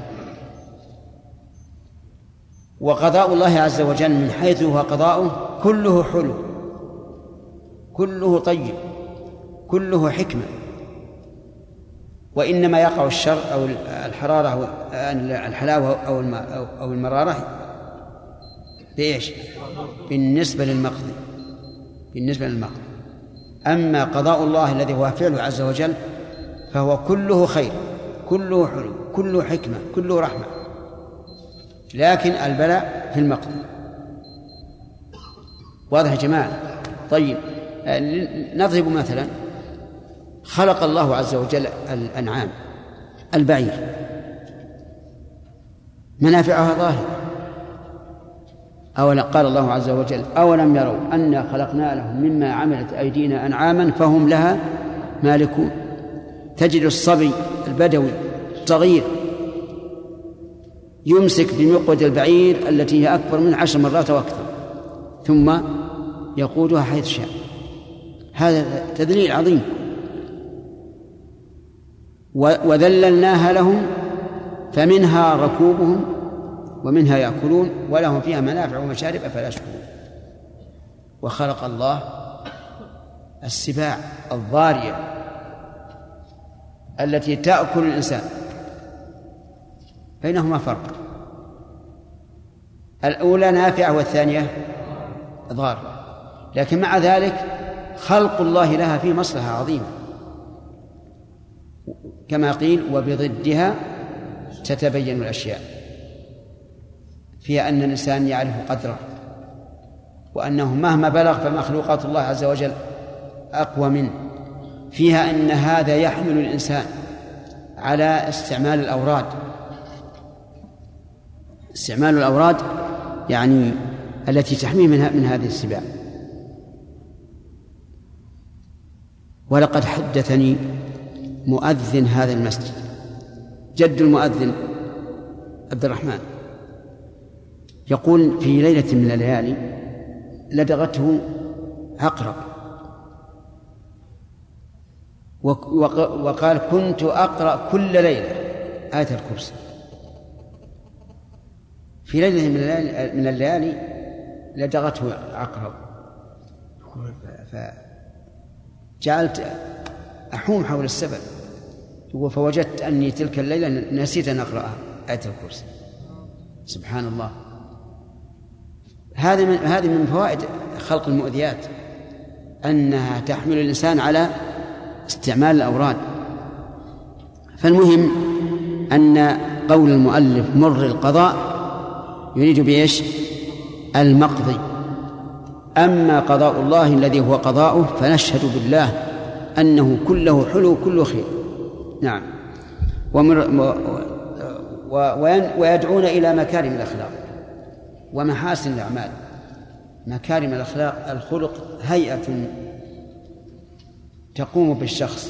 وقضاء الله عز وجل من حيث هو قضاؤه كله حلو، كله طيب، كله حكمة. وإنما يقع الشر أو الحرارة أو الحلاوة أو المرارة بإيش؟ بالنسبة للمقضي، بالنسبة للمقضي. أما قضاء الله الذي هو فعله عز وجل فهو كله خير، كله حلو، كله حكمة، كله رحمة، لكن البلاء في المقضي. واضح يا جماعة؟ طيب، نضرب مثلا: خلق الله عز وجل الأنعام، البعير منافعها ظاهرة. أولا قال الله عز وجل: أولم يروا أنا خلقنا لهم مما عملت أيدينا أنعاما فهم لها مالكون. تجد الصبي البدوي الصغير يمسك بمقود البعير التي هي أكبر من عشر مرات وأكثر ثم يقودها حيث شاء. هذا تدليل عظيم. وذللناها لهم فمنها ركوبهم ومنها يأكلون ولهم فيها منافع ومشارب أفلا يشكرون. وخلق الله السباع الضارية التي تأكل الإنسان، بينهما فرق، الأولى نافعة والثانية ضارة، لكن مع ذلك خلق الله لها فيه مصلحة عظيمة، كما قيل وبضدها تتبين الأشياء، فيها أن الإنسان يعرف قدره وأنه مهما بلغ فمخلوقات الله عز وجل أقوى منه. فيها أن هذا يحمل الإنسان على استعمال الأوراد، استعمال الأوراد يعني التي تحميه من, من هذه السباع. ولقد حدثني مؤذن هذا المسجد، جد المؤذن عبد الرحمن، يقول في ليلة من الليالي لدغته عقرب، وقال كنت أقرأ كل ليلة آية الكرسي. في ليلة من الليالي لدغته عقرب، فجعلت أحوم حول السبب، فوجدت أني تلك الليلة نسيت أن أقرأ آية الكرسي. سبحان الله. هذه من هذه من فوائد خلق المؤذيات، أنها تحمل الإنسان على استعمال الأوراد. فالمهم أن قول المؤلف مر القضاء يريد بإيش؟ المقضي. أما قضاء الله الذي هو قضاؤه فنشهد بالله أنه كله حلو كله خير. نعم. ويدعون إلى مكارم الأخلاق ومحاسن الأعمال. مكارم الأخلاق الخلق هيئة تقوم بالشخص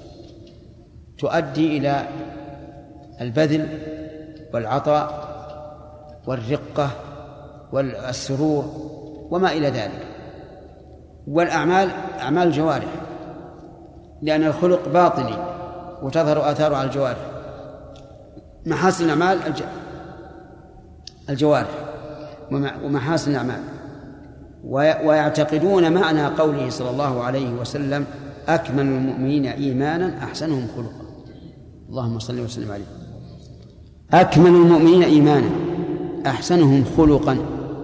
تؤدي إلى البذل والعطاء والرقة والسرور وما إلى ذلك. والأعمال أعمال الجوارح، لأن الخلق باطني وتظهر آثاره على الجوارح. محاسن الأعمال الجوارح ومحاسن الأعمال. ويعتقدون معنى قوله صلى الله عليه وسلم أكمل المؤمنين إيمانا أحسنهم خلقا. اللهم صل وسلم عليه. أكمل المؤمنين إيمانا أحسنهم خلقا.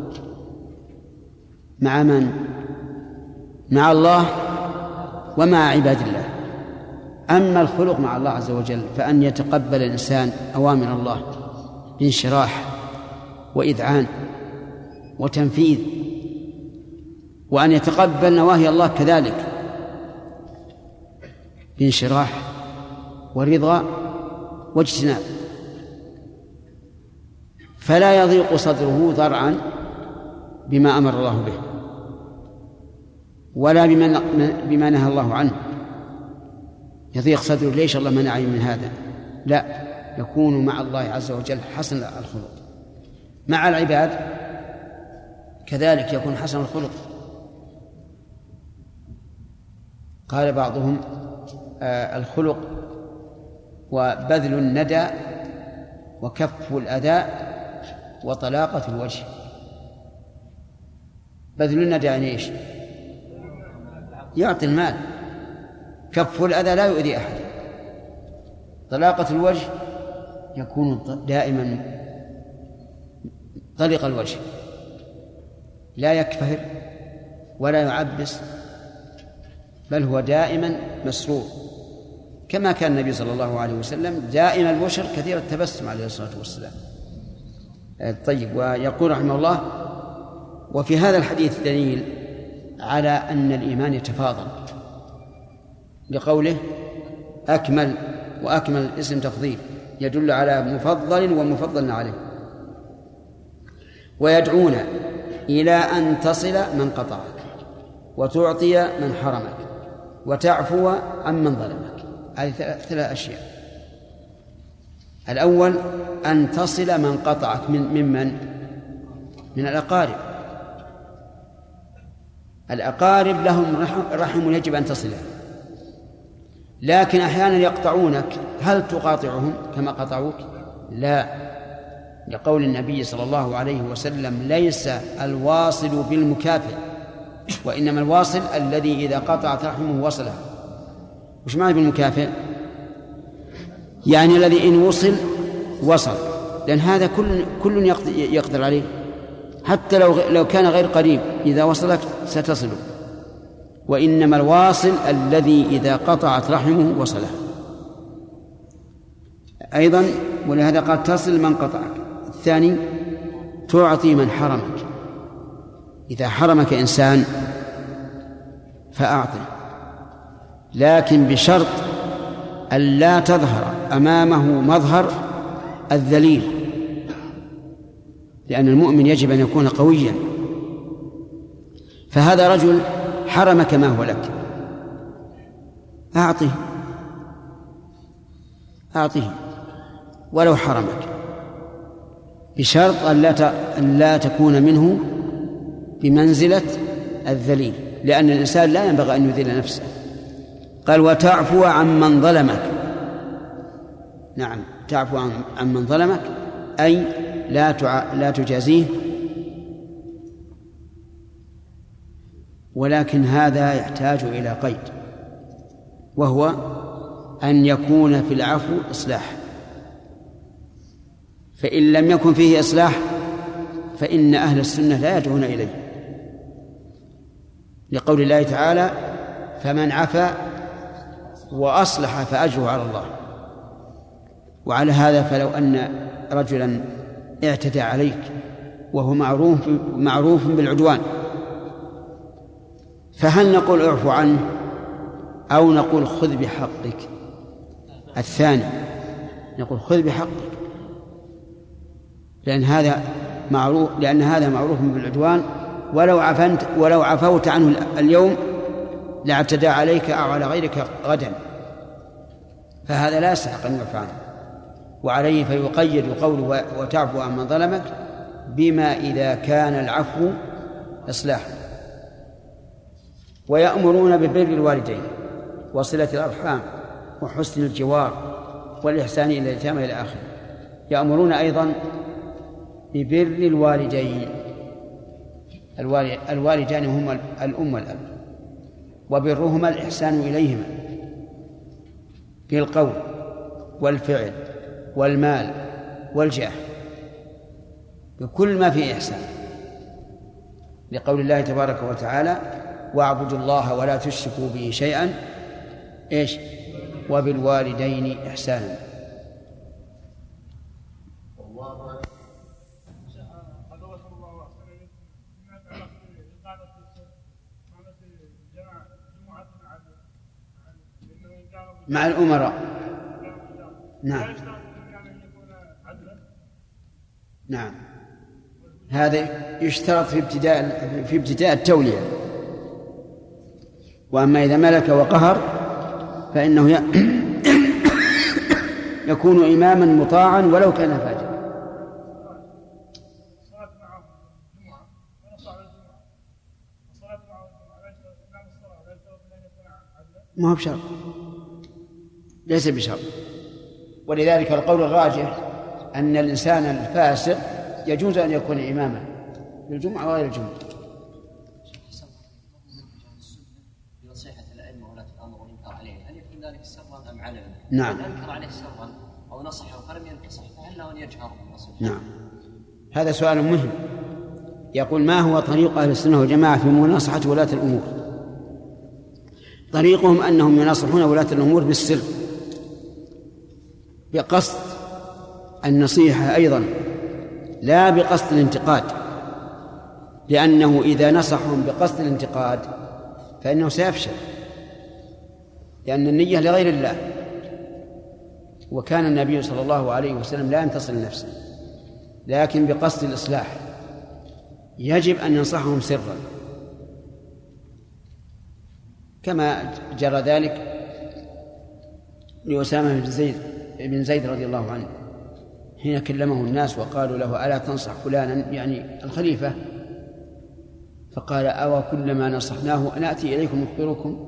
مع من؟ مع الله ومع عباد الله. أما الخلق مع الله عز وجل فأن يتقبل الإنسان أوامر الله بانشراح وإذعان وتنفيذ، وأن يتقبل نواهي الله كذلك بانشراح ورضا واجتناب، فلا يضيق صدره ضرعا بما أمر الله به ولا بما نهى الله عنه. يضيق صدره ليش الله منعني من هذا؟ لا، يكون مع الله عز وجل حسن الخلق. مع العباد كذلك يكون حسن الخلق. قال بعضهم آه الخلق وبذل الندى وكف الأداء وطلاقة الوجه. بذل الندى يعني إيش؟ يعطي المال. كف الأذى لا يؤذي أحد. طلاقة الوجه يكون دائما طلق الوجه، لا يكفهر ولا يعبس، بل هو دائما مسرور، كما كان النبي صلى الله عليه وسلم دائم البشر كثير التبسم عليه الصلاة والسلام. طيب. ويقول رحمه الله: وفي هذا الحديث دليل على أن الإيمان يتفاضل، لقوله أكمل، وأكمل اسم تفضيل يدل على مفضل ومفضل عليه. ويدعون إلى أن تصل من قطعك وتعطي من حرمك وتعفو عن من ظلمك. هذه ثلاث أشياء. الأول أن تصل من قطعك من ممن من الأقارب. الأقارب لهم رحم يجب أن تصله، لكن أحيانا يقطعونك، هل تقاطعهم كما قطعوك؟ لا، لقول النبي صلى الله عليه وسلم: ليس الواصل بالمكافئ، وإنما الواصل الذي إذا قطعت رحمه وصله. وش معنى بالمكافئ؟ يعني الذي إن وصل وصل، لأن هذا كل كل يقدر عليه، حتى لو لو كان غير قريب إذا وصلك ستصله. وإنما الواصل الذي إذا قطعت رحمه وصله. أيضا ولهذا قال: تصل من قطعك. الثاني تعطي من حرمك. إذا حرمك إنسان فأعطه، لكن بشرط أن لا تظهر أمامه مظهر الذليل، لأن المؤمن يجب أن يكون قويا. فهذا رجل حرمك ما هو لك، أعطه أعطه ولو حرمك، بشرط أن لا تكون منه بمنزلة الذليل، لأن الإنسان لا ينبغي أن يذل نفسه. قال: وتعفو عن من ظلمك. نعم، تعفو عن من ظلمك، أي لا لا تجازيه، ولكن هذا يحتاج إلى قيد، وهو أن يكون في العفو إصلاح. فإن لم يكن فيه إصلاح فإن أهل السنة لا يدعون إليه، لقول الله تعالى: فمن عفا وأصلح فأجره على الله. وعلى هذا فلو أن رجلا اعتدى عليك وهو معروف معروف بالعدوان، فهل نقول اعفو عنه أو نقول خذ بحقك؟ الثاني، نقول خذ بحقك، لأن هذا معروف لأن هذا معروف بالعدوان، ولو عفنت ولو عفوت عنه اليوم لاعتدى عليك أو على غيرك غدا، فهذا لا يستحق أن يعفى عنه. وعليه فيقيد قوله: وتعفو عن من ظلمك، بما إذا كان العفو إصلاحا. ويأمرون ببر الوالدين وصلة الأرحام وحسن الجوار والإحسان إلى اليتامى إلى آخره. يأمرون أيضا ببر الوالدين. الوالدان هما الأم والأب، وبرهما الإحسان إليهما بالقول والفعل والمال والجاه، بكل ما فيه إحسان، لقول الله تبارك وتعالى: واعبدوا الله ولا تشركوا به شيئا إيش وبالوالدين إحسانا. مع الأمراء. نعم نعم هذا يشترط في ابتداء في ابتداء التولية. وأما إذا ملك وقهر فإنه يكون إماما مطاعا ولو كان فاجرا. ما هو بشرط، ليس بشرط. ولذلك القول الراجح أن الإنسان الفاسق يجوز أن يكون إماما للجمعة وغير الجمعة. بنصيحة الأئمة ولاة الأمر والإنكار عليه، هل يكون ذلك سرا أم علنا؟ نعم. إن أنكر عليه سرا أو نصحه فلم ينتصح، فهل له أن يجهر بالنصيحة؟ نعم، هذا سؤال مهم. يقول: ما هو طريق أهل السنة والجماعة في مناصحة ولاة الأمور؟ طريقهم أنهم يناصحون ولاة الأمور بالسر، بقصد النصيحة أيضا، لا بقصد الانتقاد، لأنه إذا نصحهم بقصد الانتقاد فإنه سيفشل، لأن النية لغير الله. وكان النبي صلى الله عليه وسلم لا ينتصر لنفسه، لكن بقصد الإصلاح. يجب أن ينصحهم سرا، كما جرى ذلك لأسامة بن زيد بن زيد رضي الله عنه حين كلمه الناس وقالوا له ألا تنصح فلانا يعني الخليفة، فقال أو كلما نصحناه نأتي إليكم نخبركم،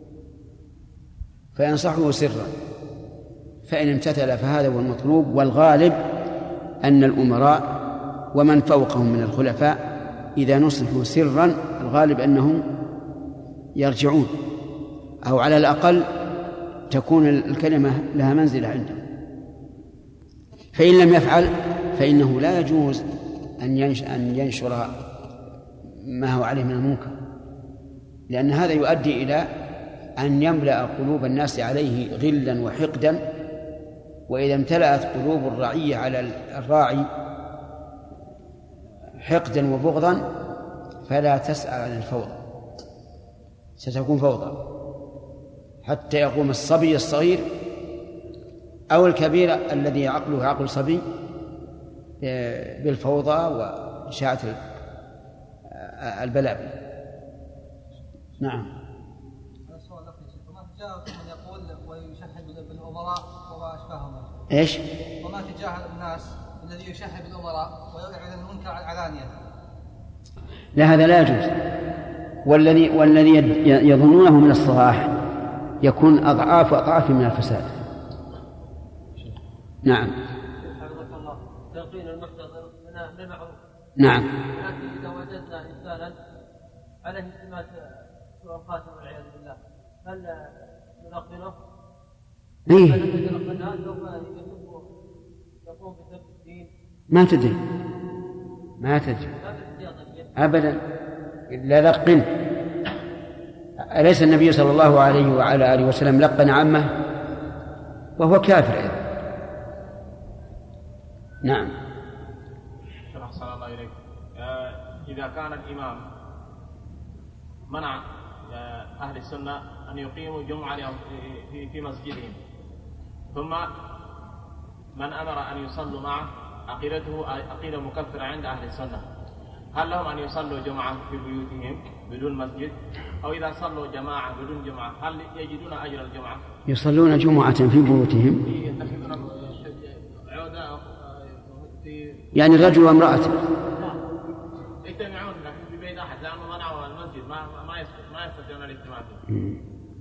فينصحه سرا، فإن امتثل فهذا هو المطلوب. والغالب أن الأمراء ومن فوقهم من الخلفاء إذا نصحوا سرا الغالب أنهم يرجعون، أو على الأقل تكون الكلمة لها منزلة عندهم. فإن لم يفعل فإنه لا يجوز أن ينشر ما هو عليه من المنكر، لأن هذا يؤدي إلى أن يملأ قلوب الناس عليه غلا وحقدا، وإذا امتلأت قلوب الرعية على الراعي حقدا وبغضا فلا تسأل عن الفوضى، ستكون فوضى حتى يقوم الصبي الصغير أو الكبير الذي عقله عقل صبي بالفوضى وإشاعة البلاء. نعم. وما تجاهل من يقول ويشهد بالأمراء وما أشبههم. إيش؟ وما تجاهل الناس الذي يشهد بالأمراء ويعلن المنكر علانية. لا، هذا لا يجوز. والذي والذي يظنونه من الصلاح يكون أضعاف أضعاف من الفساد. نعم. تلقين المحتضر بالمعروف. نعم. لكن إذا وجدنا إنسانا عليه التماس شرفات والعياذ بالله هل نلقنه؟ إيه. هل نلقنه سوف يقوم بسبب الدين؟ ما تدري ما تدري أبدا إلا لقن. أليس النبي صلى الله عليه وعلى آله وسلم لقن عمه وهو كافر أيضا؟ نعم. أحسن الله إليك. إذا كان الإمام منع أهل السنة أن يقيموا جمعة في مسجدهم، ثم من أمر أن يصلوا معه عقيدته عقيدة مكفرة عند أهل السنة، هل لهم أن يصلوا جمعة في بيوتهم بدون مسجد؟ أو إذا صلوا جماعة بدون جمعة هل يجدون أجر الجمعة؟ يصلون جمعة في بيوتهم يعني الرجل وامرأته يجتمعون في بيت أحد لأنه منعوا المسجد ما ما يستطيعون الاجتماع فيه.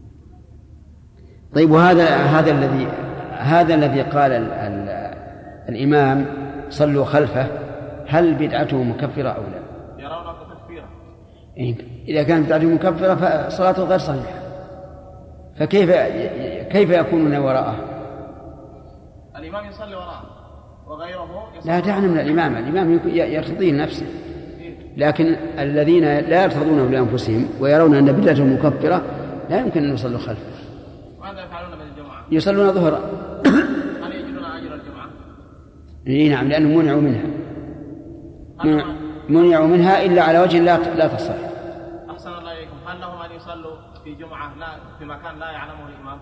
طيب، وهذا هذا الذي هذا الذي قال ال ال الإمام صلوا خلفه هل بدعته مكفرة أو لا؟ يرونه تكفيرا. إذا كانت بدعته مكفرة فصلاته غير صحيحة، فكيف كيف يكونون وراءه؟ الإمام يصلي وراءه وغيره يصلي. لا دعنا من الإمام، الإمام يرتضي لنفسه، لكن الذين لا يرتضونه لأنفسهم ويرون أن بدعته مكفرة لا يمكن أن يصلوا خلفه. ماذا يفعلون بالجماعة؟ يصلون ظهرا. هل يجدون أجر الجماعة؟ إيه نعم، لأنهم منعوا منها منعوا منها إلا على وجه لا لا تصح. أحسن الله إليكم. هل لهم أن يصلوا في جمعة لا في مكان لا يعلمه الإمام؟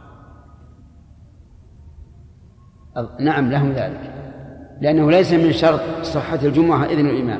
نعم لهم ذلك، لأنه ليس من شرط صحة الجمعة إذن الإمام.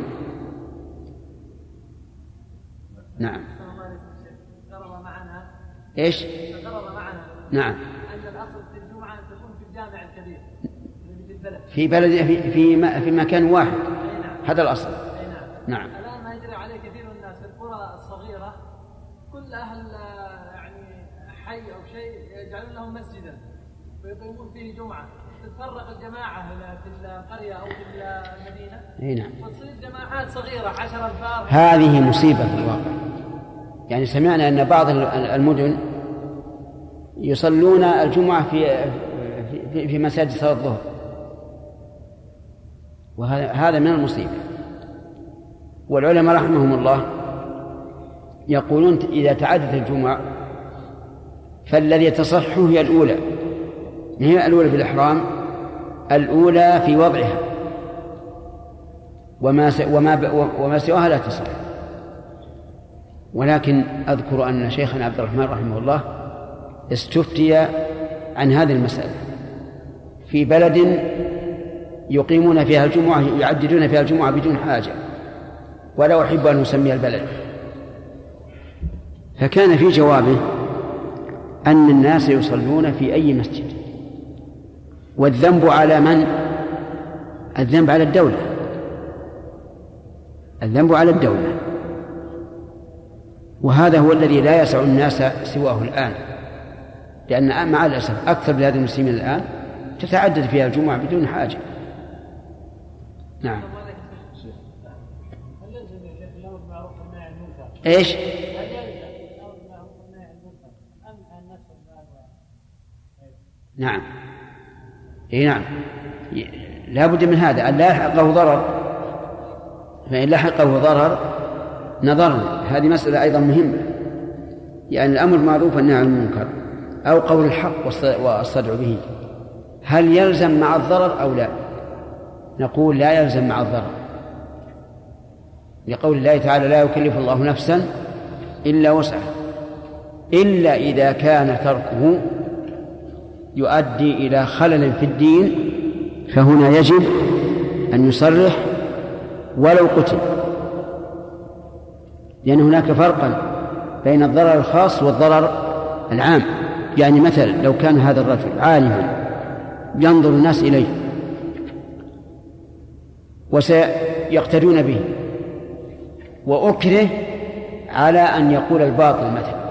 نعم. ضرب معنا. إيش؟ ضرب معنا. نعم. أن الأصل في الجمعة أن تكون في الجامع الكبير في البلد. في بلد في في, في مكان واحد. نعم. هذا الأصل. نعم. نعم. الآن ما يجري عليه كثير من الناس في القرى الصغيرة كل أهل يعني حي أو شيء يجعلون لهم مسجدا ويقيمون فيه جمعة، تتفرق الجماعة في القرية أو في المدينة. اي نعم. وتصير جماعات صغيرة عشر أنفار. هذه مصيبة في الواقع. يعني سمعنا أن بعض المدن يصلون الجمعة في في, في مساجد صلاة الظهر، وهذا هذا من المصيبة. والعلماء رحمهم الله يقولون إذا تعدت الجمعة فالذي تصح هي الأولى، هي الأولى بالإحرام، الأولى في وضعها، وما وما وما سواها لا تصح. ولكن أذكر أن شيخنا عبد الرحمن رحمه الله استفتي عن هذه المسألة في بلد يقيمون فيها الجمعة يعددون فيها الجمعة بدون حاجة، ولا أحب أن أسمي البلد. فكان في جوابه أن الناس يصلون في أي مسجد والذنب على من؟ الذنب على الدولة، الذنب على الدولة، وهذا هو الذي لا يسع الناس سواه الآن، لأن مع الأسف أكثر بلاد المسلمين الآن تتعدد فيها الجمعة بدون حاجة. نعم. ايش؟ نعم. اي نعم، لا بد من هذا، أن لا يلحقه ضرر، فإن لحقه ضرر نظرنا. هذه مسألة أيضا مهمة، يعني الأمر معروف والنهي عن المنكر أو قول الحق والصدع به، هل يلزم مع الضرر أو لا؟ نقول لا يلزم مع الضرر، لقول الله تعالى لا يكلف الله نفسا إلا وسعها، إلا إذا كان تركه يؤدي إلى خلل في الدين، فهنا يجب أن يصرح ولو قتل، لأن هناك فرقا بين الضرر الخاص والضرر العام. يعني مثلا لو كان هذا الرجل عالما ينظر الناس إليه وسيقتدون به، وأكره على أن يقول الباطل مثلا،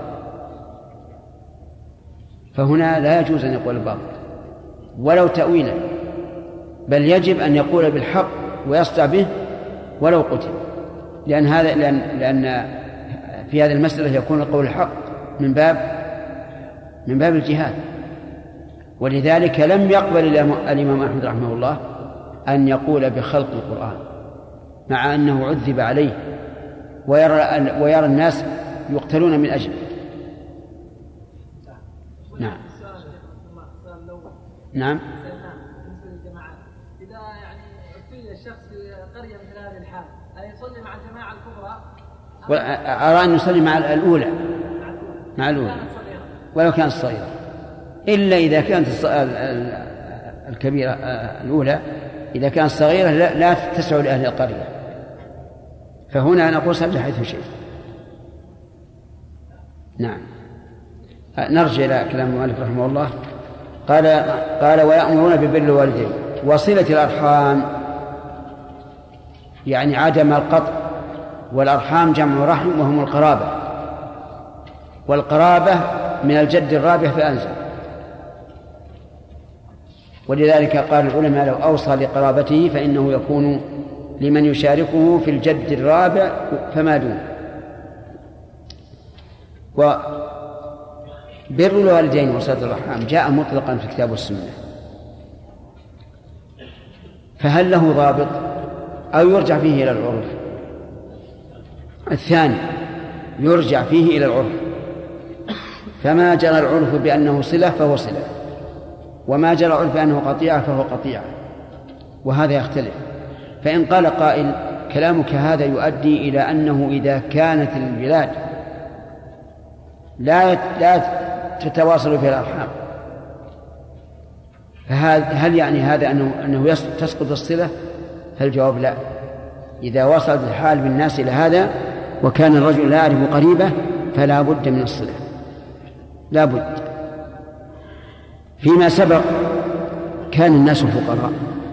فهنا لا يجوز أن يقول الباطل ولو تأويلا، بل يجب أن يقول بالحق ويصدع به ولو قتل، لأن هذا لأن, لأن في هذه المسألة يكون القول الحق من باب من باب الجهاد. ولذلك لم يقبل الإمام أحمد رحمه الله أن يقول بخلق القرآن، مع أنه عذب عليه ويرى, ويرى الناس يقتلون من أجله. نعم. نعم. إذا يعني ابتلي الشخص في قرية مثل هذه الحال، أن يصلي مع الجماعة الكبرى؟ أرى أن يصلي مع الأولى، مع الأولى ولو كانت صغيرة، إلا إذا كانت الكبيرة الأولى، إذا كانت صغيرة لا تسع لأهل القرية، فهنا نقول صلي حيث شئت. نعم. نرجع إلى كلام المؤلف رحمه الله. قال قال ويأمرون ببر الوالدين وصلة الأرحام، يعني عدم القطع، والأرحام جمع رحم وهم القرابة، والقرابة من الجد الرابع فأنزل، ولذلك قال العلماء لو أوصى لقرابته فإنه يكون لمن يشاركه في الجد الرابع فما دون. وبر الوالدين وصلة الأرحام جاء مطلقا في الكتاب والسنة، فهل له ضابط أو يرجع فيه إلى العرف؟ الثاني يرجع فيه إلى العرف، فما جرى العرف بأنه صلة فهو صلة، وما جرى العرف بأنه قطيعة فهو قطيعة، وهذا يختلف. فإن قال قائل كلامك هذا يؤدي إلى أنه إذا كانت البلاد لا لا تتواصل فيها الأرحام، فهل يعني هذا أنه أنه تسقط الصلة؟ فالجواب لا. إذا وصلت الحال بالناس إلى هذا وكان الرجل لا يعرف قريبه فلا بد من الصلة، لا بد. فيما سبق كان الناس فقراء،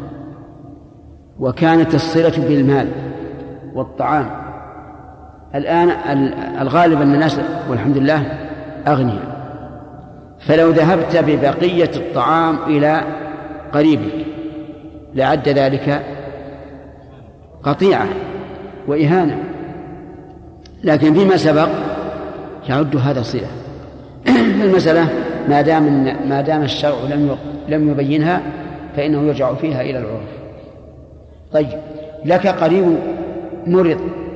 وكانت الصلة بالمال والطعام. الآن الغالب أن الناس والحمد لله أغنياء، فلو ذهبت ببقية الطعام إلى قريبك لعد ذلك قطيعة وإهانة، لكن فيما سبق يعد هذا صلة. المسألة ما دام ما دام الشرع لم لم يبينها فإنه يرجع فيها إلى العرف. طيب، لك قريب مرض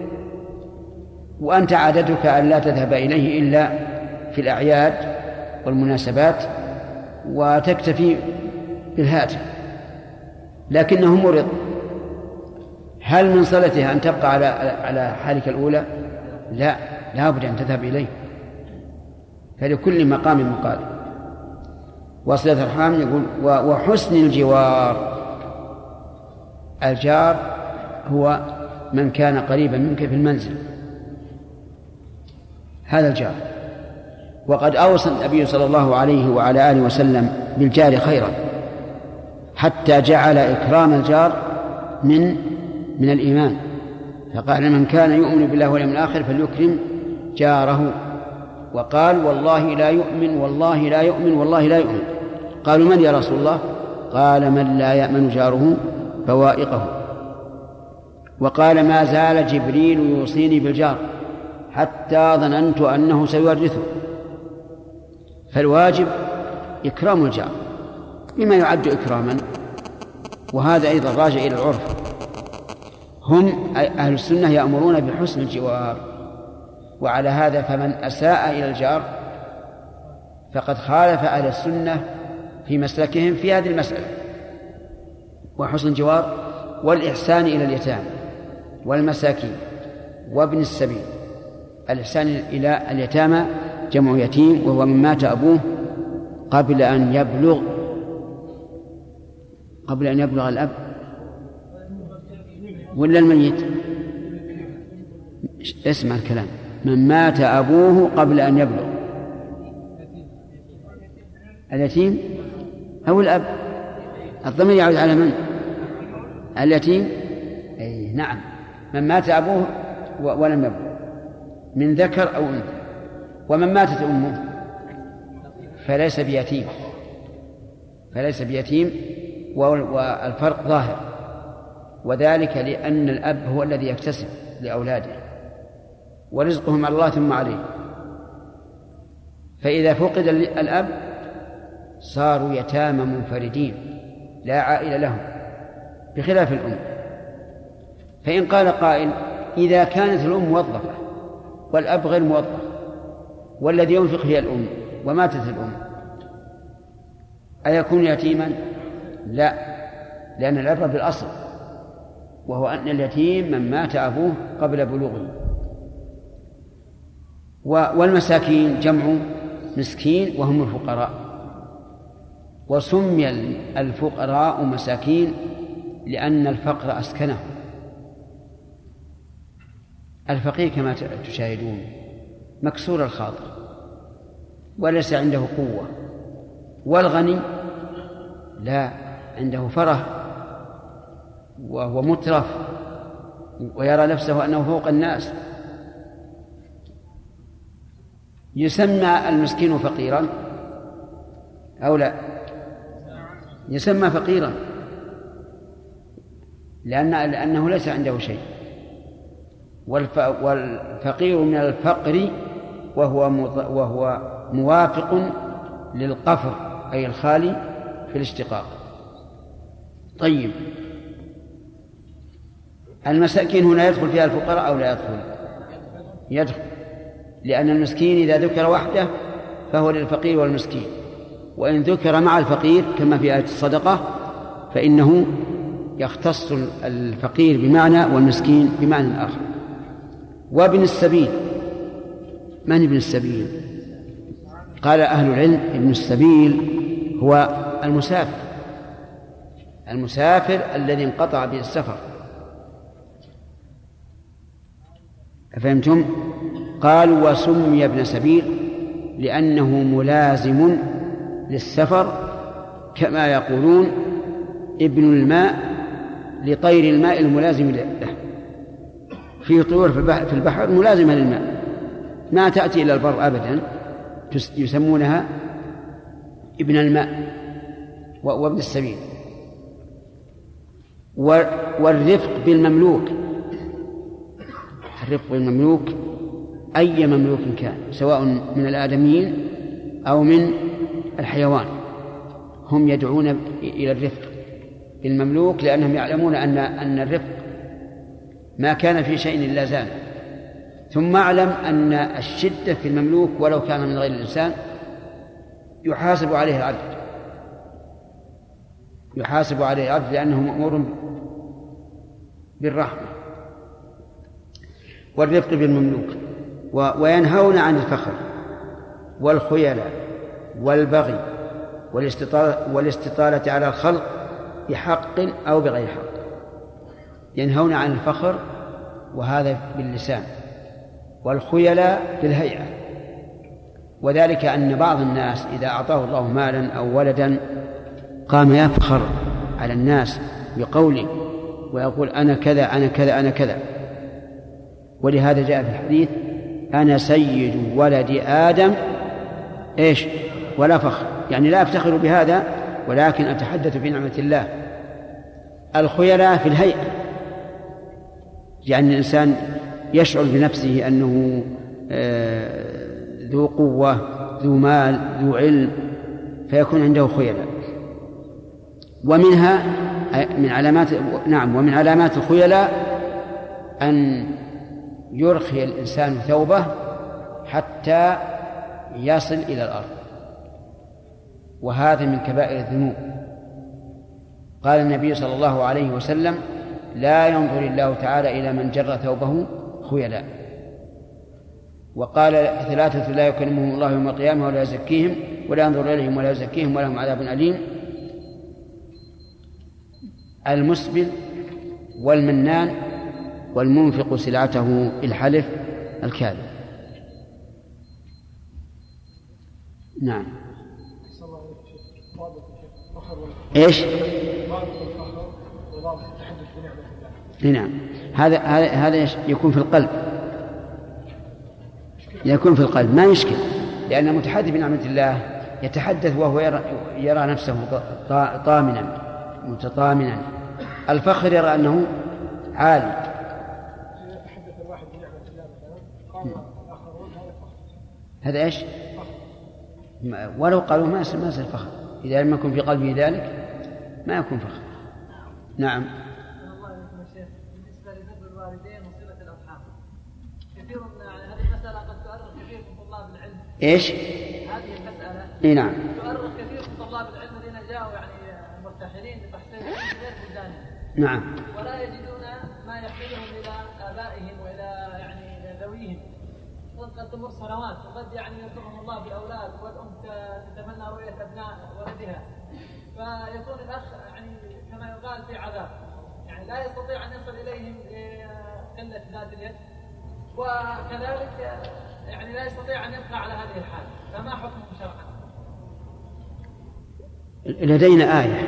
وأنت عادتك أن لا تذهب إليه إلا في الأعياد والمناسبات وتكتفي بالهاتف، لكنه مرض، هل من صلتها أن تبقى على على حالك الأولى؟ لا، لا بد أن تذهب إليه، فلكل مقام مقال. وصلة الأرحام يقول وحسن الجوار، الجار هو من كان قريبا منك في المنزل، هذا الجار. وقد أوصى النبي صلى الله عليه وعلى آله وسلم بالجار خيرا، حتى جعل إكرام الجار من من الإيمان، فقال من كان يؤمن بالله واليوم الآخر فليكرم جاره. وقال والله لا يؤمن والله لا يؤمن والله لا يؤمن. قالوا من يا رسول الله؟ قال من لا يأمن جاره بوائقه. وقال ما زال جبريل يوصيني بالجار حتى ظننت أنه سيورثه. فالواجب إكرام الجار بما يعد إكراما، وهذا أيضا راجع إلى العرف. هم أهل السنة يأمرون بحسن الجوار، وعلى هذا فمن أساء إلى الجار فقد خالف أهل السنة في مسلكهم في هذه المسألة. وحسن الجوار والإحسان إلى اليتامى والمساكين وابن السبيل. الإحسان إلى اليتامى جمع يتيم، وهو من مات أبوه قبل أن يبلغ قبل أن يبلغ الأب ولا الميت. اسمع الكلام، من مات أبوه قبل أن يبلغ. اليتيم أو الأب؟ الضمير يعود على من؟ اليتيم. أي نعم، من مات أبوه ولم يبلغ من ذكر أو أنثى. ومن ماتت أمه فليس بيتيم، فليس بيتيم والفرق ظاهر، وذلك لأن الأب هو الذي يكتسب لأولاده ورزقهم على الله ثم عليه. فإذا فقد الأب صاروا يتامى منفردين لا عائلة لهم، بخلاف الأم. فإن قال قائل إذا كانت الأم موظفة والأب غير موظف والذي ينفق هي الأم وماتت الأم، أيكون يتيما؟ لا، لأن العبرة بالأصل، وهو أن اليتيم من مات أبوه قبل بلوغه. والمساكين جمع مسكين وهم الفقراء. وسمي الفقراء مساكين لأن الفقر أسكنه. الفقير كما تشاهدون مكسور الخاطر وليس عنده قوة، والغني لا، عنده فرح وهو مترف ويرى نفسه أنه فوق الناس. يسمى المسكين فقيرا أو لا؟ يسمى فقيرا لأن لأنه ليس عنده شيء. والفقير من الفقر وهو وهو موافق للقفر أي الخالي في الاشتقاق. طيب، المساكين هنا يدخل فيها الفقراء أو لا يدخل؟ يدخل، لأن المسكين إذا ذكر وحده فهو للفقير والمسكين، وإن ذكر مع الفقير كما في آية الصدقة فإنه يختص الفقير بمعنى والمسكين بمعنى آخر. وابن السبيل، من ابن السبيل؟ قال أهل العلم ابن السبيل هو المسافر، المسافر الذي انقطع به السفر. أفهمتم؟ قالوا وسمي ابن سبيل لأنه ملازم للسفر، كما يقولون ابن الماء لطير الماء الملازم له. في طيور في البحر ملازمة للماء ما تأتي إلى البر أبدا، يسمونها ابن الماء وابن السبيل. والرفق بالمملوك، الرفق بالمملوك أي مملوك كان، سواء من الآدميين أو من الحيوان، هم يدعون إلى الرفق بالمملوك، لأنهم يعلمون أن أن الرفق ما كان في شيء إلا زان. ثم أعلم أن الشدة في المملوك ولو كان من غير الإنسان يحاسب عليه العبد، يحاسب عليه العبد لأنه مأمور بالرحمة والرفق بالمملوك. وينهون عن الفخر والخيلاء والبغي والاستطالة على الخلق بحق أو بغير حق. ينهون عن الفخر وهذا باللسان، والخيلاء بالهيئة، وذلك أن بعض الناس إذا أعطاه الله مالا أو ولدا قام يفخر على الناس بقوله ويقول أنا كذا أنا كذا أنا كذا. ولهذا جاء في الحديث أنا سيد ولد آدم إيش ولا فخر، يعني لا أفتخر بهذا ولكن أتحدث بنعمة الله. الخيلاء في الهيئة، يعني الإنسان يشعر بنفسه أنه ذو قوة ذو مال ذو علم فيكون عنده خيلاء. ومنها من علامات نعم ومن علامات الخيلاء أن يرخي الإنسان ثوبه حتى يصل إلى الأرض، وهذا من كبائر الذنوب. قال النبي صلى الله عليه وسلم لا ينظر الله تعالى إلى من جر ثوبه خيلاء. وقال ثلاثة لا يكلمهم الله يوم القيامة ولا يزكيهم ولا ينظر إليهم ولا يزكيهم ولهم عذاب أليم: المسبل والمنان والمنفق سلعته بالحلف الكاذب. نعم. ايش؟ نعم. هذا هذا هذا يكون في القلب، يكون في القلب ما يشكل، لأن المتحدث بنعمة الله يتحدث وهو يرى, يرى نفسه طامنا متطامنا. الفخر يرى أنه عالي. هذا ايش؟ ولو قالوا ما يصير ما يصير فخر، إذا لم يكن في قلبه ذلك ما يكون فخر. نعم. الله يكون الشيخ بالنسبة لبر الوالدين وصلة الأرحام، كثير من هذه المسألة قد تؤرخ كثير من طلاب العلم. ايش؟ هذه المسألة اي نعم. تؤرخ كثير من طلاب العلم الذين جاءوا يعني مرتحلين لتحصيل غير بلدانهم. نعم. ولا يجدون ما يحملهم إلى آبائهم وإلى يعني ذويهم. قد تمر سنوات وقد يعني يرزقهم الله بأولاد والأم تتمنى رؤية أبناء ولدها، فيكون الأخ يعني كما يقال في عذاب، يعني لا يستطيع أن يصل إليهم قلة ذات اليد، وكذلك يعني لا يستطيع أن يبقى على هذه الحال. فما حكمه شرعا؟ لدينا آية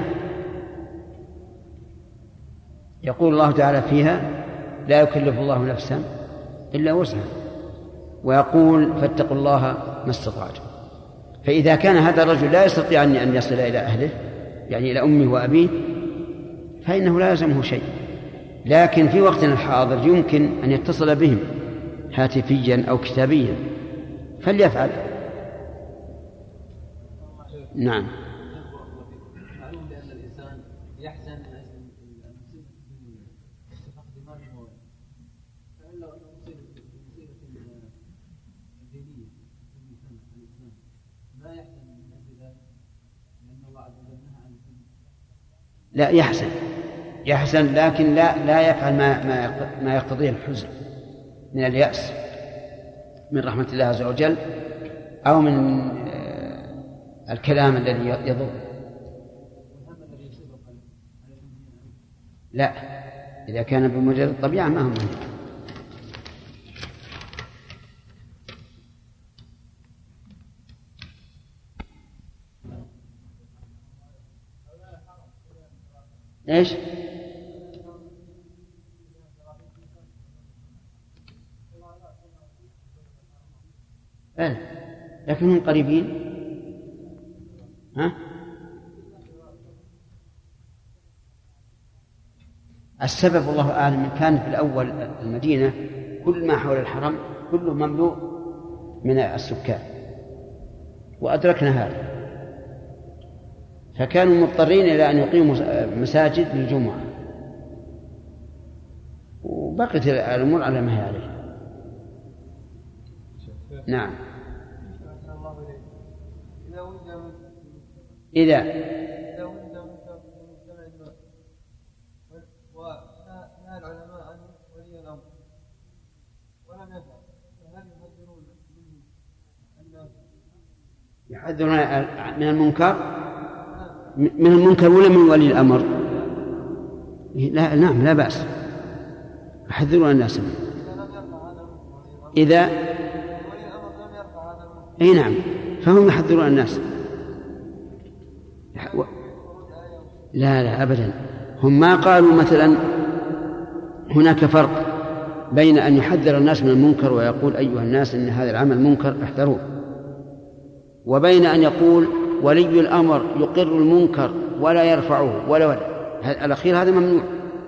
يقول الله تعالى فيها لا يكلف الله نفسا إلا وسعها، ويقول فاتقوا الله ما استطعتم. فإذا كان هذا الرجل لا يستطيع أن يصل إلى أهله يعني إلى أمه وأبيه فإنه لا يلزمه شيء، لكن في وقتنا الحاضر يمكن أن يتصل بهم هاتفيا أو كتابيا فليفعل. نعم. معلوم بأن الإنسان يحزن من أجل فقد مال الموت، فإن لو أنه مصيبة دينية الإنسان ما يحزن من أجل ذلك لأن الله عز وجل نهى عن الحزن. لا يحزن يحزن لكن لا لا يفعل ما ما ما يقتضيه الحزن من اليأس من رحمة الله عز وجل أو من الكلام الذي يضر. لا، إذا كان بمجرد الطبيعة ما هم منه. إيش؟ إيه؟ لكنهم قريبين. ها؟ السبب والله أعلم كان في الأول المدينة كل ما حول الحرم كله مملوء من السكان وأدركنا هذا، فكانوا مضطرين إلى أن يقيموا مساجد للجمعة، وبقيت الأمور على ما هي عليه. نعم. إذا إذا وجد منكر في مجتمع ما ونهى العلماء عن ولي الأمر ولم يفعل، فهل يحذرون منه الناس؟ يحذرون من المنكر من المنكر ولا من ولي الأمر؟ لا، نعم، لا بأس، يحذرون الناس منه. إذا ولي الأمر لم يرفع هذا المنكر، أي نعم، فهم يحذرون الناس. لا لا أبدا، هم ما قالوا مثلا هناك فرق بين أن يحذر الناس من المنكر ويقول أيها الناس إن هذا العمل منكر احذروه، وبين أن يقول ولي الأمر يقر المنكر ولا يرفعه ولا ولا الأخير هذا ممنوع.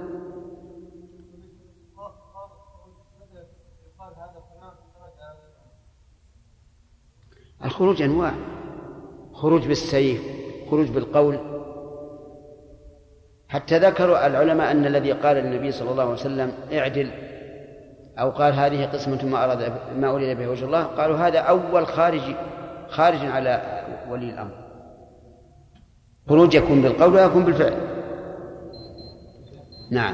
الخروج أنواع، خروج بالسيف، خروج بالقول. حتى ذكروا العلماء أن الذي قال للنبي صلى الله عليه وسلم اعدل أو قال هذه قسمة ما أراد ما أريد به وجه الله، قالوا هذا أول خارج خارج على ولي الأمر. خروج يكون بالقول ويكون بالفعل. نعم.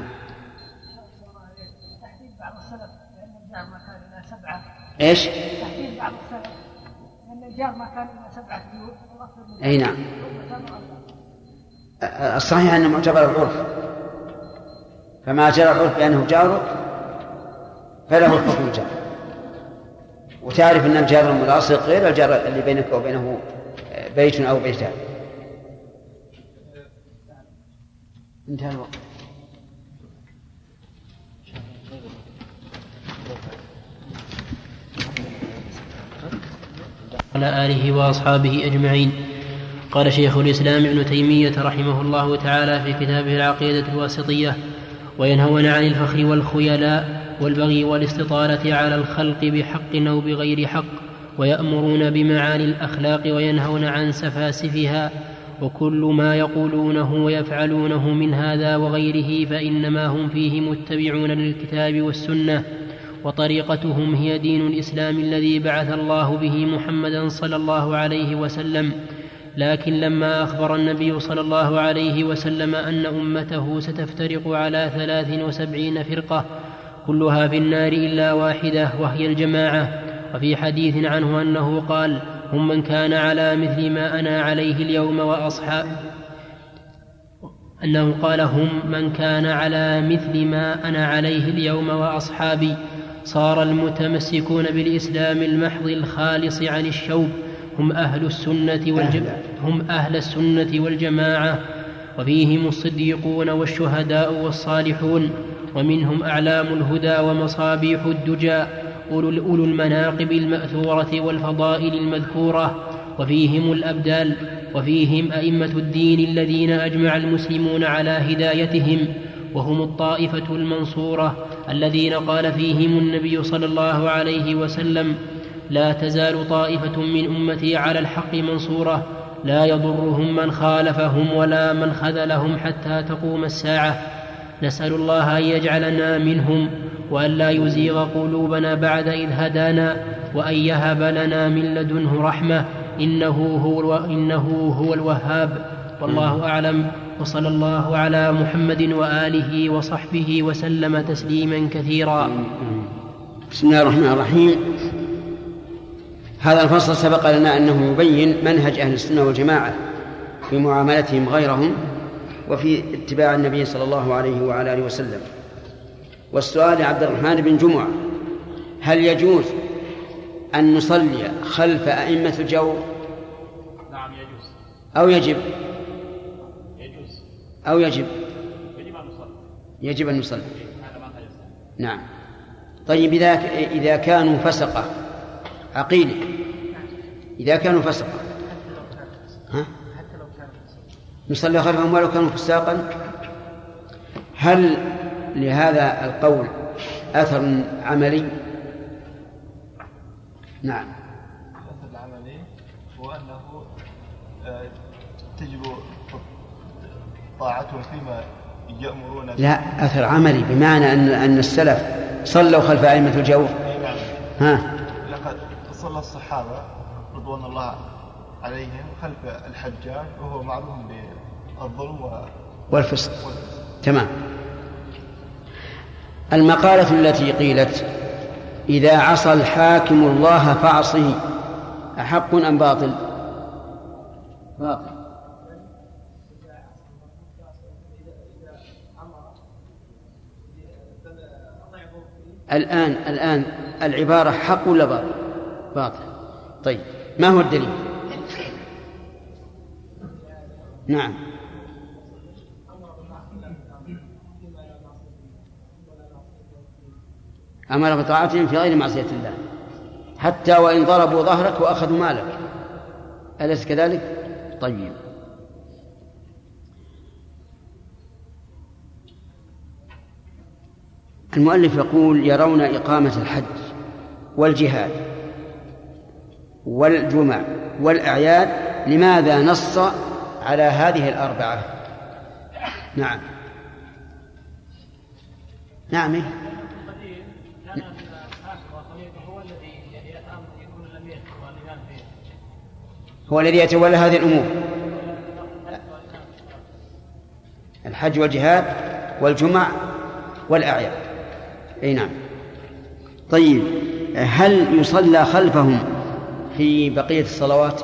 تحديد بعض السلف لأن الجار ما كان إلا سبعة. إيش؟ تحديد بعض السلف لأن الجار ما كان إلا سبعة بيوت. أي نعم. الصحيح أنه معتبر العرف، فما جرى العرف بأنه جارك فله حكم الجار. وتعرف أن الجار الملاصق غير الجار اللي بينك وبينه بيت أو بيتان. انتهى الوقت. على آله وأصحابه أجمعين. قال شيخ الإسلام ابن تيمية رحمه الله تعالى في كتابه العقيدة الواسطية: وينهون عن الفخر والخيلاء والبغي والاستطالة على الخلق بحق أو بغير حق، ويأمرون بمعاني الأخلاق وينهون عن سفاسفها، وكل ما يقولونه ويفعلونه من هذا وغيره فإنما هم فيه متبعون للكتاب والسنة، وطريقتهم هي دين الإسلام الذي بعث الله به محمدا صلى الله عليه وسلم. لكن لما أخبر النبي صلى الله عليه وسلم أن أمته ستفترق على ثلاث وسبعين فرقة كلها في النار إلا واحدة وهي الجماعة، وفي حديث عنه أنه قال: هم من كان على مثل ما أنا عليه اليوم وأصحاب أنه قال هم من كان على مثل ما أنا عليه اليوم وأصحابي. صار المتمسكون بالإسلام المحض الخالص عن الشوب هم أهل السنة والجماعة هم أهل السنة والجماعة، وفيهم الصديقون والشهداء والصالحون، ومنهم أعلام الهدى ومصابيح الدجى أولو المناقب المأثورة والفضائل المذكورة، وفيهم الأبدال، وفيهم أئمة الدين الذين أجمع المسلمون على هدايتهم، وهم الطائفة المنصورة الذين قال فيهم النبي صلى الله عليه وسلم: لا تزال طائفة من أمتي على الحق منصورة لا يضرهم من خالفهم ولا من خذلهم حتى تقوم الساعة. نسأل الله أن يجعلنا منهم، وأن لا يزيغ قلوبنا بعد إذ هدانا، وأن يهب لنا من لدنه رحمة، إنه هو, إنه هو الوهاب. والله أعلم، وصلى الله على محمد وآله وصحبه وسلم تسليما كثيرا. بسم الله الرحمن الرحيم. هذا الفصل سبق لنا أنه يبين منهج أهل السنة والجماعة في معاملتهم غيرهم وفي اتباع النبي صلى الله عليه وعلى آله وسلم. والسؤال عبد الرحمن بن جمعة: هل يجوز أن نصلي خلف أئمة الجور؟ نعم يجوز. أو يجب؟ يجوز. أو يجب؟ يجب أن نصلي. يجب أن نصلي. نعم. طيب إذا إذا كانوا فسقة عقيلة، إذا كانوا فسقة ها؟ نصلي خلفهم ولو كانوا فساقا. هل لهذا القول أثر عملي؟ نعم. الأثر العملي هو أنه تجب طاعتهم فيما يأمرون. لا، أثر عملي بمعنى أن أن السلف صلوا خلف أئمة الجور. ها. لقد صلى الصحابة رضوان الله عليهم خلف الحجاج وهو معروف بالظلم والفسق. تمام. المقالة التي قيلت: إذا عصى الحاكم الله فاعصه، أحق أم باطل؟ باطل. الآن الآن العبارة حق ولا باطل؟ باطل. طيب، ما هو الدليل؟ نعم. أمر بطاعتهم في غير معصية الله، حتى وإن ضربوا ظهرك وأخذوا مالك، أليس كذلك؟ طيب. المؤلف يقول يرون إقامة الحج والجهاد والجمع والأعياد، لماذا نص على هذه الأربعة؟ نعم نعم هو الذي يتولى هذه الأمور، الحج والجهاد والجمع والأعياد. أي نعم. طيب، هل يصلى خلفهم في بقية الصلوات؟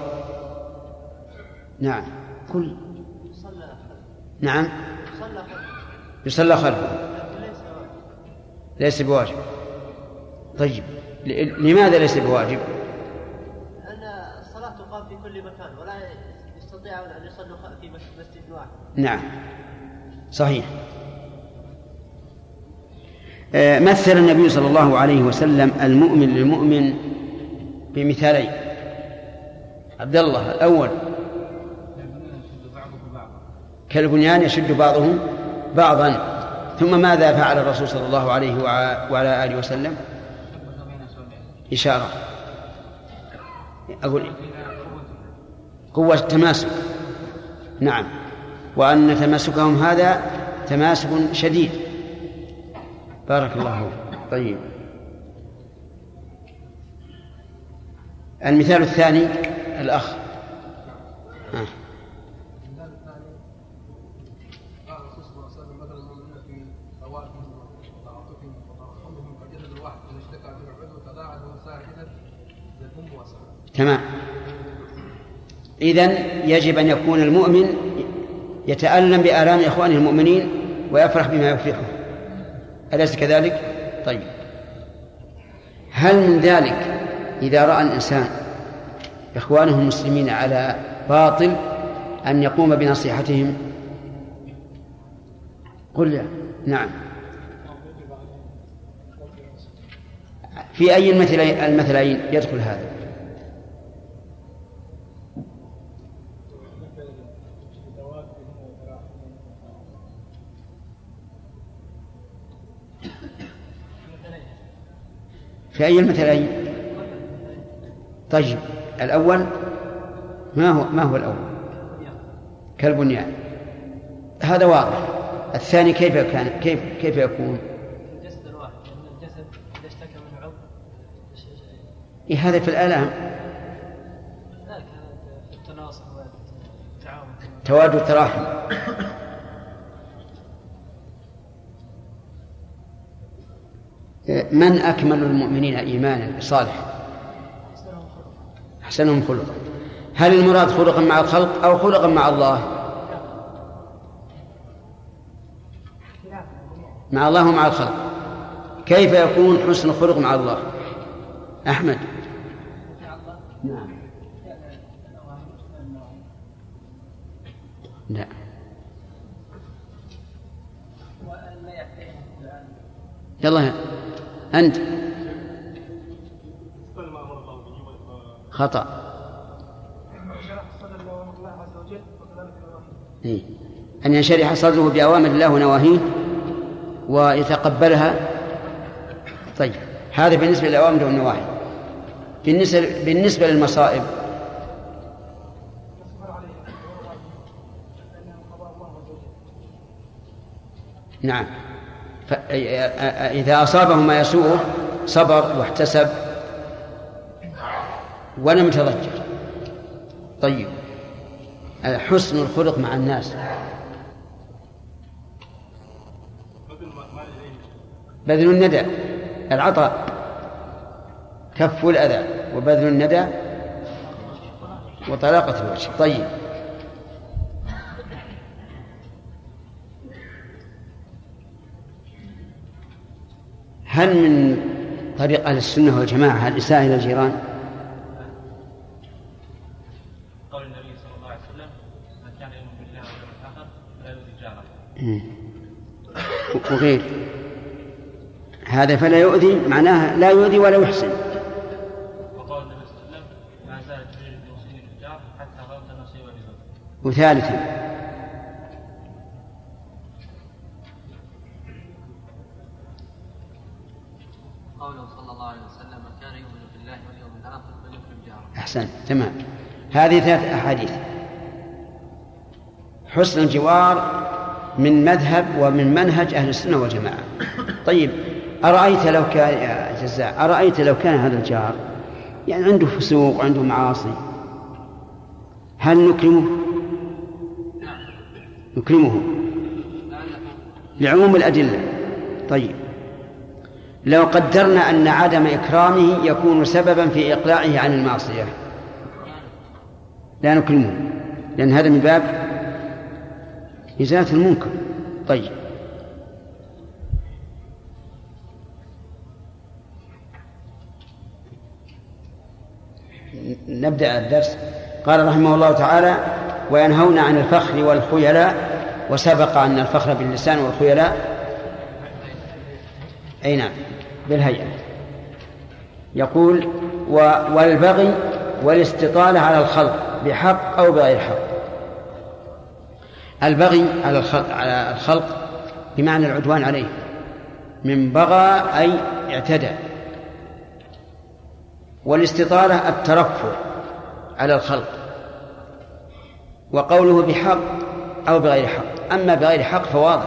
نعم. كل نعم يصلى خلفهم، ليس بواجب. طيب، لماذا ليس بواجب؟ لأن الصلاة تقام في كل مكان ولا يستطيعون أن يصلوا في مسجد واحد. نعم صحيح. مثل النبي صلى الله عليه وسلم المؤمن للمؤمن بمثالين. عبد الله، الأول كالبنيان يشد بعضهم بعضا. ثم ماذا فعل الرسول صلى الله عليه وعلى آله وسلم؟ إشارة، أقول قوة التماسك. نعم، وأن تماسكهم هذا تماسك شديد. بارك الله فيك. طيب، المثال الثاني الأخ. ها. تمام. إذن يجب أن يكون المؤمن يتألم بآلام إخوانه المؤمنين ويفرح بما يفرحه، أليس كذلك؟ طيب، هل من ذلك إذا رأى الإنسان إخوانه المسلمين على باطل أن يقوم بنصيحتهم؟ قل لا. نعم. في أي المثلين يدخل هذا؟ في أي المثلين؟ طيب، الأول ما هو ما هو الأول؟ كالبنيان، هذا واضح. الثاني كيف كان كيف كيف يكون؟ الجسد الواحد، لأن الجسد إذا اشتكى من عضو إيه هذا في الآلام، ذلك في التناصح والتعاون، تواد التراحم. من أكمل المؤمنين إيمانا بصالح أحسنهم خلقا؟ هل المراد خلقا مع الخلق أو خلقا مع الله؟ مع الله ومع الخلق. كيف يكون حسن الخلق مع الله؟ أحمد. نعم. لا. يلا أنت. خطأ. إيه؟ أن ينشرح صدره بأوامر الله ونواهيه ويتقبلها. طيب، هذا بالنسبة للأوامر والنواهي. بالنسبة بالنسبة للمصائب، نعم، إذا أصابه ما يسوءه صبر واحتسب ولم يتضجر. طيب، حسن الخلق مع الناس، بذل الندى، العطاء، كف الأذى، وبذل الندى، وطلاقة الوجه. طيب، هل من طريق أهل السنة والجماعة الإساءة إلى الجيران؟ قول النبي صلى الله عليه وسلم: من كان يؤمن بالله واليوم الآخر فلا يؤذي جاره. وغير هذا فلا يؤذي معناها لا يؤذي ولا يحسن. وقال النبي صلى الله عليه وسلم ما زال جبريل يوصيني بالجار حتى غلط نفسي ولده. وثالثا قوله صلى الله عليه وسلم من كان يؤمن بالله واليوم الآخر فليكرم جاره. أحسن تمام. هذه ثلاث أحاديث. حسن الجوار من مذهب ومن منهج أهل السنة والجماعة. طيب أرأيت لو كان يا جزاء أرأيت لو كان هذا الجار يعني عنده فسوق وعنده معاصي هل نكرمه؟ نكرمه لعموم الأدلة. طيب لو قدرنا أن عدم إكرامه يكون سببا في إقلاعه عن المعصية لا نكرمه لأن هذا من باب إزالة المنكر. طيب نبدأ الدرس. قال رحمه الله تعالى وينهون عن الفخر والخيلاء. وسبق أن الفخر باللسان والخيلاء أي نعم بالهيئة. يقول والبغي والاستطالة على الخلق بحق أو بغير حق. البغي على الخلق, على الخلق بمعنى العدوان عليه من بغى أي اعتدى. والاستطالة الترفع على الخلق. وقوله بحق أو بغير حق. أما بغير حق فواضح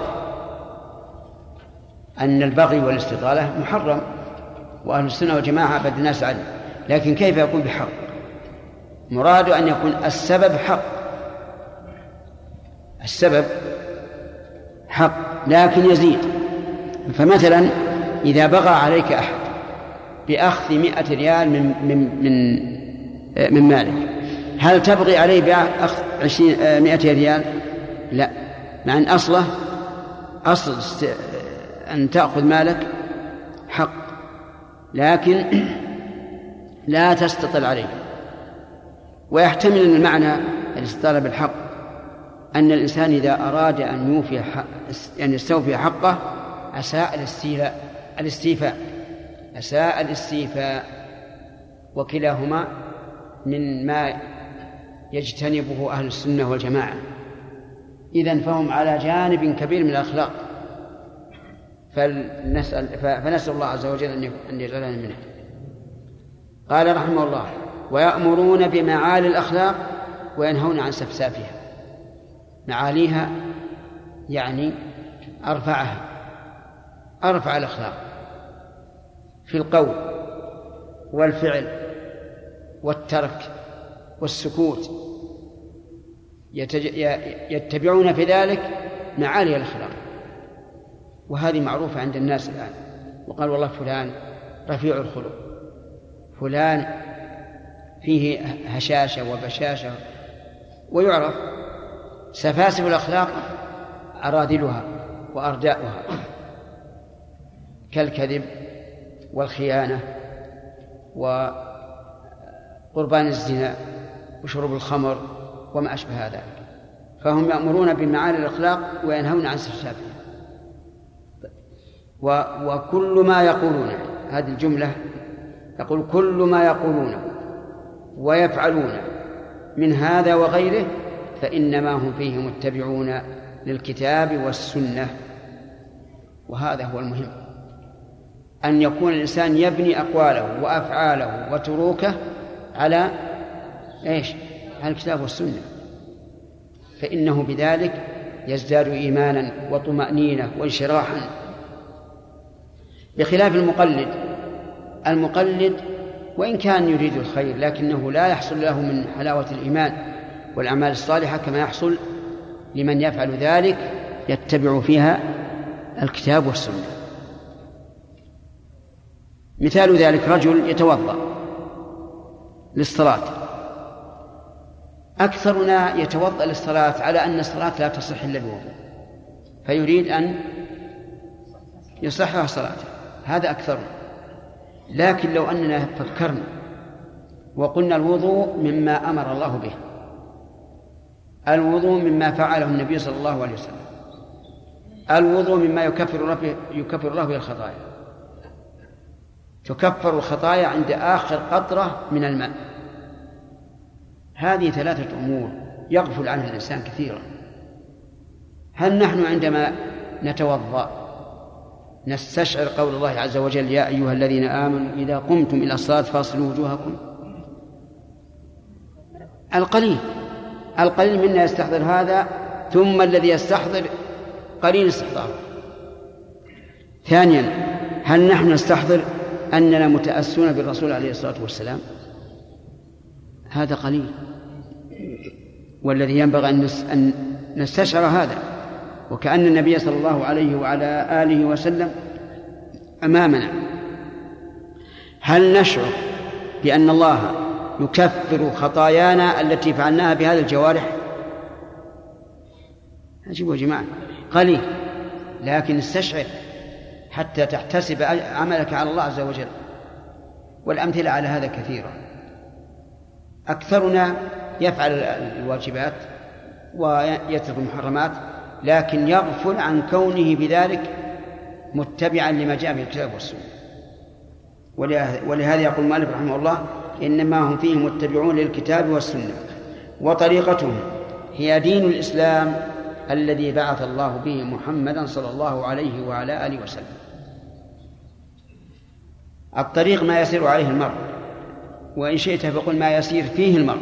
أن البغي والاستطالة محرم وأهل السنة والجماعة أبد الناس عنه. لكن كيف يكون بحق؟ مراد أن يكون السبب حق. السبب حق لكن يزيد. فمثلا إذا بغى عليك أحد بأخذ مئة ريال من, من, من, من مالك هل تبغي عليه بأخذ مئة ريال؟ لا، مع أن أصله أصل أن تأخذ مالك حق لكن لا تستطل عليه. ويحتمل أن المعنى الاستطالة بالحق أن الإنسان إذا أراد أن يوفي حق يعني يستوفي حقه أساء الاستيلاء الاستيفاء أساء الاستيفاء وكلاهما من ما يجتنبه أهل السنة والجماعة. إذن فهم على جانب كبير من الأخلاق فلنسأل, فنسأل الله عز وجل أن يجعلنا منه. قال رحمه الله ويأمرون بمعالي الأخلاق وينهون عن سفسافها. معاليها يعني أرفعها أرفع الأخلاق في القول والفعل والترك والسكوت يتبعون في ذلك معالي الأخلاق. وهذه معروفة عند الناس الآن. وقال والله فلان رفيع الخلق فلان فيه هشاشة وبشاشة ويعرف. سفاسف الأخلاق أراذلها وأرداؤها كالكذب والخيانة وقربان الزنا وشرب الخمر وما أشبه ذلك. فهم يأمرون بمعالي الأخلاق وينهون عن سفسافها. وكل ما يقولون هذه الجملة يقول كل ما يقولون ويفعلون من هذا وغيره فإنما هم فيه متبعون للكتاب والسنة. وهذا هو المهم أن يكون الإنسان يبني أقواله وأفعاله وتروكه على إيش؟ على الكتاب والسنة. فإنه بذلك يزداد إيمانا وطمأنينة وانشراحا بخلاف المقلد. المقلد وإن كان يريد الخير لكنه لا يحصل له من حلاوة الإيمان والأعمال الصالحة كما يحصل لمن يفعل ذلك يتبع فيها الكتاب والسنة. مثال ذلك رجل يتوضأ للصلاة. أكثرنا يتوضأ للصلاة على أن الصلاة لا تصح إلا الوضوء فيريد أن يصحح صلاته. هذا أكثرنا. لكن لو أننا فكرنا وقلنا الوضوء مما أمر الله به الوضوء مما فعله النبي صلى الله عليه وسلم الوضوء مما يكفر الله يكفر الله به الخطايا تكفر الخطايا عند آخر قطرة من الماء. هذه ثلاثة أمور يغفل عنها الإنسان كثيرا. هل نحن عندما نتوضأ نستشعر قول الله عز وجل يا أيها الذين آمنوا إذا قمتم إلى الصلاة فاغسلوا وجوهكم؟ القليل القليل منا يستحضر هذا، ثم الذي يستحضر قليل استحضاره. ثانيا، هل نحن نستحضر أننا متأسون بالرسول عليه الصلاة والسلام؟ هذا قليل، والذي ينبغي أن نستشعر هذا، وكأن النبي صلى الله عليه وعلى آله وسلم أمامنا. هل نشعر بأن الله يكفر خطايانا التي فعلناها بهذه الجوارح؟ أجيبوا يا جماعة، قليل، لكن استشعر حتى تحتسب عملك على الله عز وجل. والأمثلة على هذا كثيرة. أكثرنا يفعل الواجبات ويترك المحرمات، لكن يغفل عن كونه بذلك متبعا لما جاء في الكتاب والسنة. ولهذا يقول المؤلف رحمه الله إنما هم فيه متبعون للكتاب والسنة، وطريقتهم هي دين الإسلام الذي بعث الله به محمدا صلى الله عليه وعلى آله وسلم. الطريق ما يسير عليه المرء، وإن شئت فقل ما يسير فيه المرء.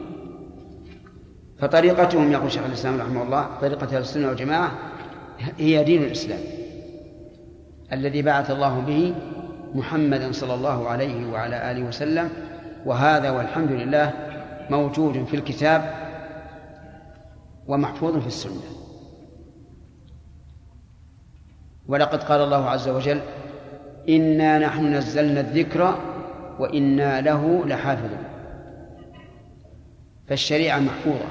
فطريقتهم يقول شيخ الإسلام رحمه الله طريقة أهل السنة والجماعة هي دين الإسلام الذي بعث الله به محمدا صلى الله عليه وعلى آله وسلم. وهذا والحمد لله موجود في الكتاب ومحفوظ في السنة. ولقد قال الله عز وجل إنا نحن نزلنا الذكر وإنا له لحافظون. فالشريعة محفوظة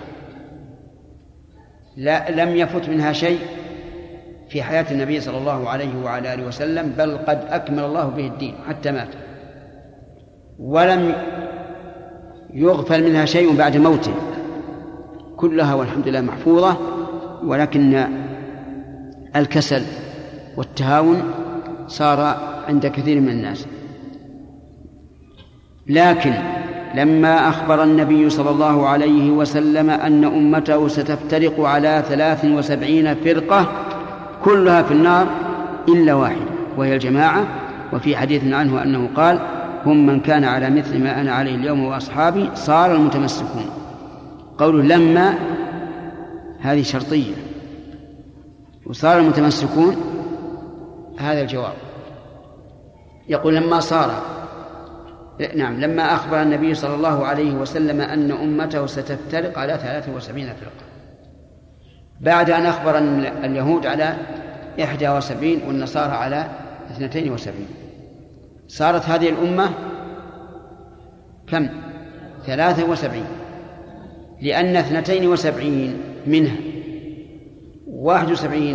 لا لم يفت منها شيء في حياة النبي صلى الله عليه وعلى آله وسلم، بل قد أكمل الله به الدين حتى مات، ولم يغفل منها شيء بعد موته، كلها والحمد لله محفوظة. ولكن الكسل والتهاون صار عند كثير من الناس. لكن لما أخبر النبي صلى الله عليه وسلم أن أمته ستفترق على ثلاث وسبعين فرقة كلها في النار إلا واحدة وهي الجماعة، وفي حديث عنه أنه قال هم من كان على مثل ما أنا عليه اليوم وأصحابي صار المتمسكون. قوله لما هذه شرطية، وصار المتمسكون هذا الجواب. يقول لما صار نعم لما أخبر النبي صلى الله عليه وسلم أن أمته ستفترق على ثلاث وسبعين فرقة، بعد أن أخبر اليهود على إحدى وسبعين والنصارى على اثنتين وسبعين، صارت هذه الأمة كم؟ ثلاثة وسبعين، لأن اثنتين وسبعين منها واحد وسبعين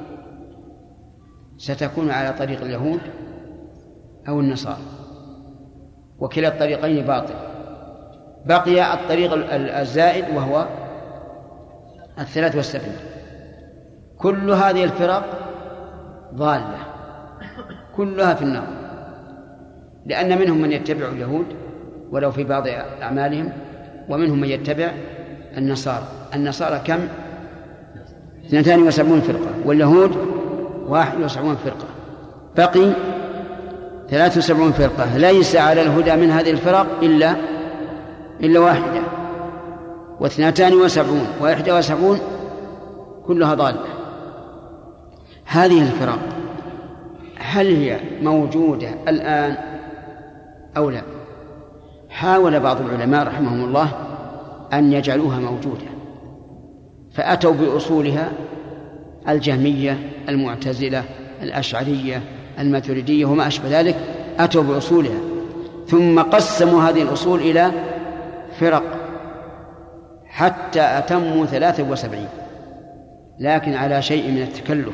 ستكون على طريق اليهود أو النصارى، وكلا الطريقين باطل. بقي الطريق الزائد وهو الثلاث والسبعين. كل هذه الفرق ضالة كلها في النار، لأن منهم من يتبع اليهود ولو في بعض أعمالهم، ومنهم من يتبع النصارى. النصارى كم؟ اثنتان وسبعون فرقة، واليهود واحد وسبعون فرقة، بقي ثلاث وسبعون فرقة. ليس على الهدى من هذه الفرق إلا إلا واحدة، واثنتان وسبعون وإحدى وسبعون كلها ضالة. هذه الفرق هل هي موجودة الآن أو لا؟ حاول بعض العلماء رحمهم الله أن يجعلوها موجودة، فأتوا بأصولها: الجهمية، المعتزلة، الأشعرية، الماتريدية وما أشبه ذلك، أتوا بأصولها ثم قسموا هذه الأصول إلى فرق حتى أتموا ثلاثة وسبعين، لكن على شيء من التكلف.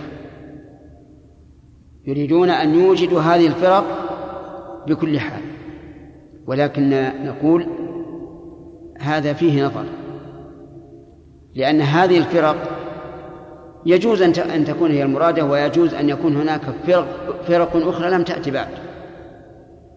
يريدون أن يوجدوا هذه الفرق بكل حال، ولكن نقول هذا فيه نظر، لأن هذه الفرق يجوز أن تكون هي المرادة، ويجوز أن يكون هناك فرق, فرق أخرى لم تأتي بعد.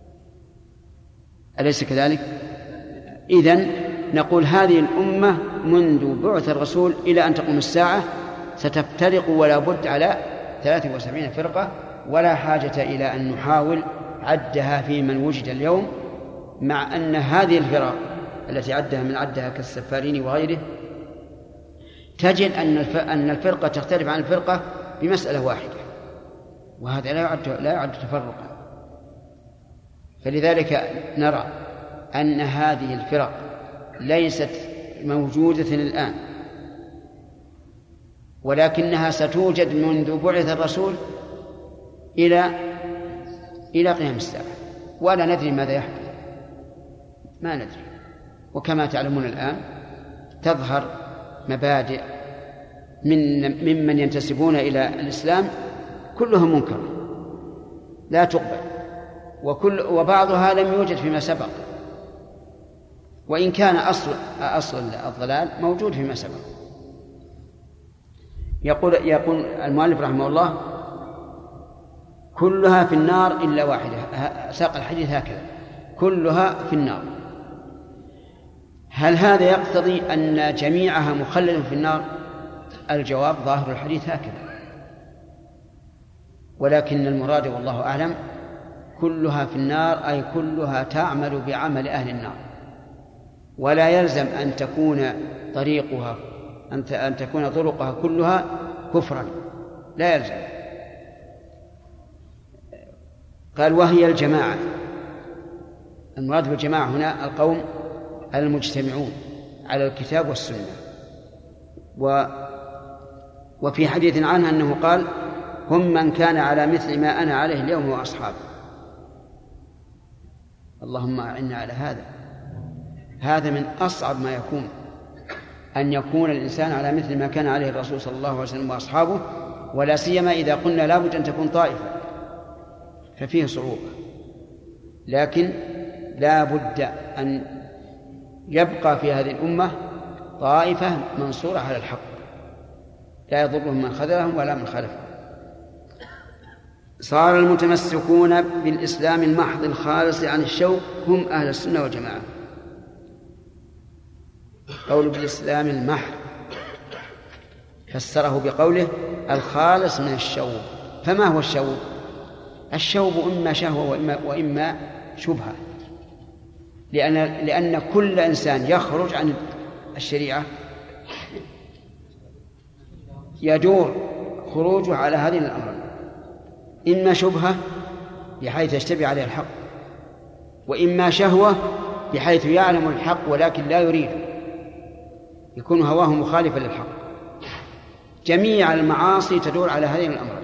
أليس كذلك؟ إذن نقول هذه الأمة منذ بعث الرسول إلى أن تقوم الساعة ستفترق ولا بد على ثلاث وسبعين فرقة، ولا حاجة إلى أن نحاول عدها في من وجد اليوم، مع أن هذه الفرق التي عدها من عدها كالسفارين وغيره تجد أن الفرقة تختلف عن الفرقة بمسألة واحدة، وهذا لا يعد لا يعد تفرقا. فلذلك نرى أن هذه الفرق ليست موجودة الآن، ولكنها ستوجد منذ بعث الرسول إلى إلى قيام الساعة، ولا ندري ماذا يحدث، ما ندري. وكما تعلمون الآن تظهر مبادئ من ممن ينتسبون إلى الإسلام كلها منكرة لا تقبل، وكل وبعضها لم يوجد فيما سبق، وإن كان أصل أصل الضلال موجود فيما سبق. يقول يقول المؤلف رحمه الله كلها في النار إلا واحدة، ساق الحديث هكذا كلها في النار. هل هذا يقتضي أن جميعها مخلد في النار؟ الجواب ظاهر الحديث هكذا، ولكن المراد والله أعلم كلها في النار أي كلها تعمل بعمل أهل النار، ولا يلزم أن تكون طريقها أن تكون طرقها كلها كفرا، لا يلزم. قال وهي الجماعة، المراد بالجماعة هنا القوم المجتمعون على الكتاب والسنة. و وفي حديث عنها أنه قال هم من كان على مثل ما أنا عليه اليوم وأصحابي. اللهم أعنا على هذا. هذا من أصعب ما يكون، أن يكون الإنسان على مثل ما كان عليه الرسول صلى الله عليه وسلم وأصحابه، ولا سيما إذا قلنا لا بد أن تكون طائفة ففيه صعوبة، لكن لا بد أن يبقى في هذه الأمة طائفة منصورة على الحق لا يضرهم من خذلهم ولا من خلفهم. صار المتمسكون بالإسلام المحض الخالص عن الشوك هم أهل السنة والجماعة. قول بالإسلام المحض فسره بقوله الخالص من الشوب. فما هو الشوب؟ الشوب إما شهوة وإما, وإما شبهة، لأن, لأن كل إنسان يخرج عن الشريعة يدور خروجه على هذه الأمر، إما شبهة بحيث يشتبه عليه الحق، وإما شهوة بحيث يعلم الحق ولكن لا يريد، يكون هواه مخالفا للحق. جميع المعاصي تدور على هذين الأمرين.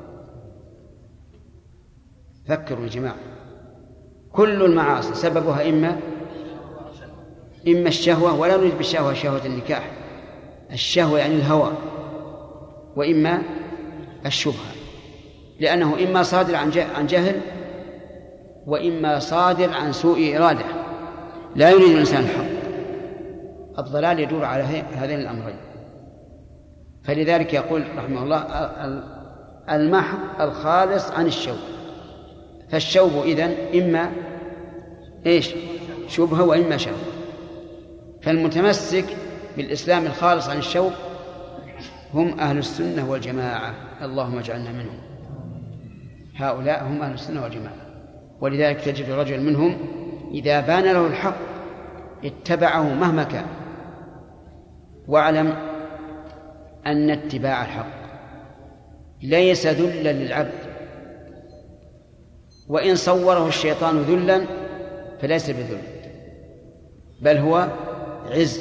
فكروا يا جماعة، كل المعاصي سببها إما إما الشهوة، ولا نريد بالشهوة شهوة النكاح، الشهوة يعني الهوى، وإما الشبهة، لأنه إما صادر عن جهل وإما صادر عن سوء إرادة، لا يريد الإنسان الحق. الضلال يدور على هذين الأمرين. فلذلك يقول رحمه الله المحض الخالص عن الشوب. فالشوب إذن إما إيش؟ شبهة وإما شهوة. فالمتمسك بالإسلام الخالص عن الشوب هم أهل السنة والجماعة، اللهم اجعلنا منهم. هؤلاء هم أهل السنة والجماعة. ولذلك تجد رجل منهم إذا بان له الحق اتبعه مهما كان. واعلم أن اتباع الحق ليس ذلا للعبد، وإن صوره الشيطان ذلا فليس بذل، بل هو عز،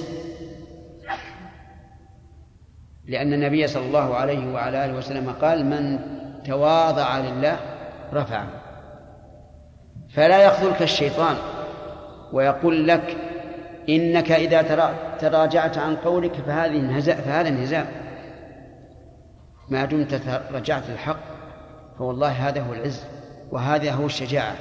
لأن النبي صلى الله عليه وعلى آله وسلم قال من تواضع لله رفعه. فلا يخذلك الشيطان ويقول لك إنك إذا تراجعت عن قولك فهذه انهزاء فهذا انهزام. ما دمت رجعت للحق فوالله هذا هو العز وهذا هو الشجاعة.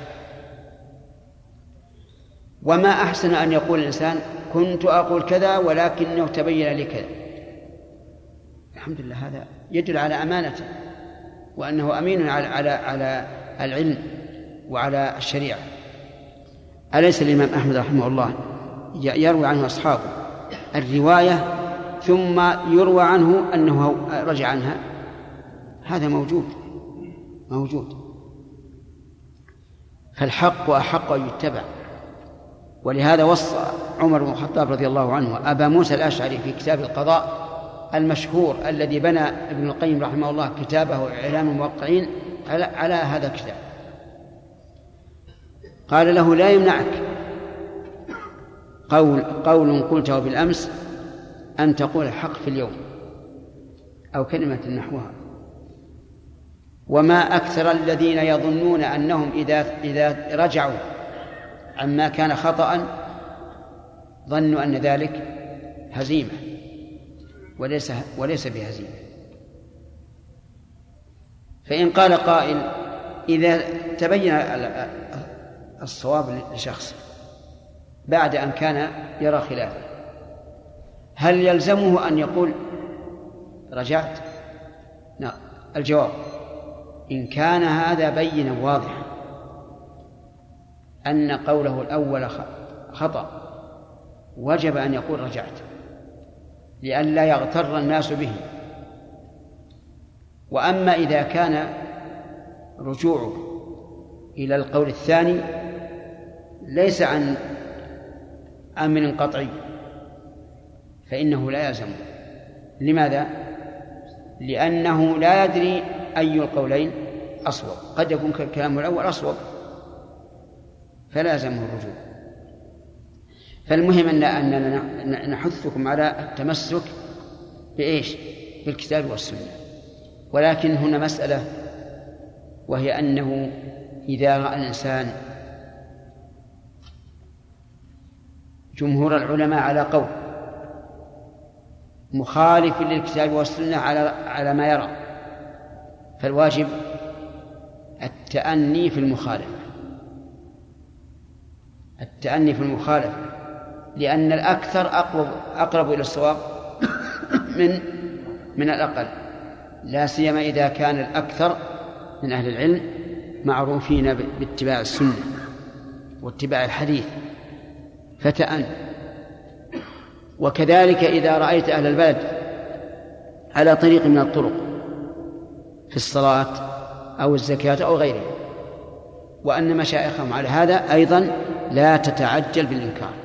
وما أحسن أن يقول الإنسان كنت أقول كذا ولكنه تبين لي كذا. الحمد لله، هذا يدل على أمانته وأنه أمين على على على العلم وعلى الشريعة. أليس الإمام أحمد رحمه الله يروي عنه أصحابه الرواية ثم يروى عنه أنه رجع عنها؟ هذا موجود موجود فالحق أحق أن يتبع. ولهذا وصى عمر بن الخطاب رضي الله عنه أبا موسى الأشعري في كتاب القضاء المشهور الذي بنى ابن القيم رحمه الله كتابه إعلام الموقعين على, على هذا الكتاب. قال له لا يمنعك قول, قول قلته بالأمس أن تقول الحق في اليوم أو كلمة نحوها. وما أكثر الذين يظنون أنهم إذا, إذا رجعوا عما كان خطأ ظنوا أن ذلك هزيمة وليس, وليس بهزيمة. فإن قال قائل إذا تبين الصواب لشخص بعد أن كان يرى خلافه هل يلزمه أن يقول رجعت؟ لا. الجواب إن كان هذا بينا واضحا أن قوله الأول خطأ وجب أن يقول رجعت لئلا يغتر الناس به. وأما إذا كان رجوعه إلى القول الثاني ليس عن أمر قطعي فإنه لا يلزمه. لماذا؟ لأنه لا يدري أي القولين أصوب، قد يكون كلامه الأول أصوب فلا يلزمه الرجوع. فالمهم أننا نحثكم على التمسك بإيش؟ بالكتاب والسنة. ولكن هنا مسألة وهي أنه إذا رأى الإنسان جمهور العلماء على قول مخالف للكتاب والسنة على على ما يرى فالواجب التأني في المخالفة التأني في المخالفة لأن الأكثر أقرب أقرب إلى الصواب من من الأقل، لا سيما إذا كان الأكثر من أهل العلم معروفين باتباع السنة واتباع الحديث فتأن. وكذلك إذا رأيت أهل البلد على طريق من الطرق في الصلاة أو الزكاة أو غيرها وأن مشايخهم على هذا أيضا لا تتعجل بالإنكار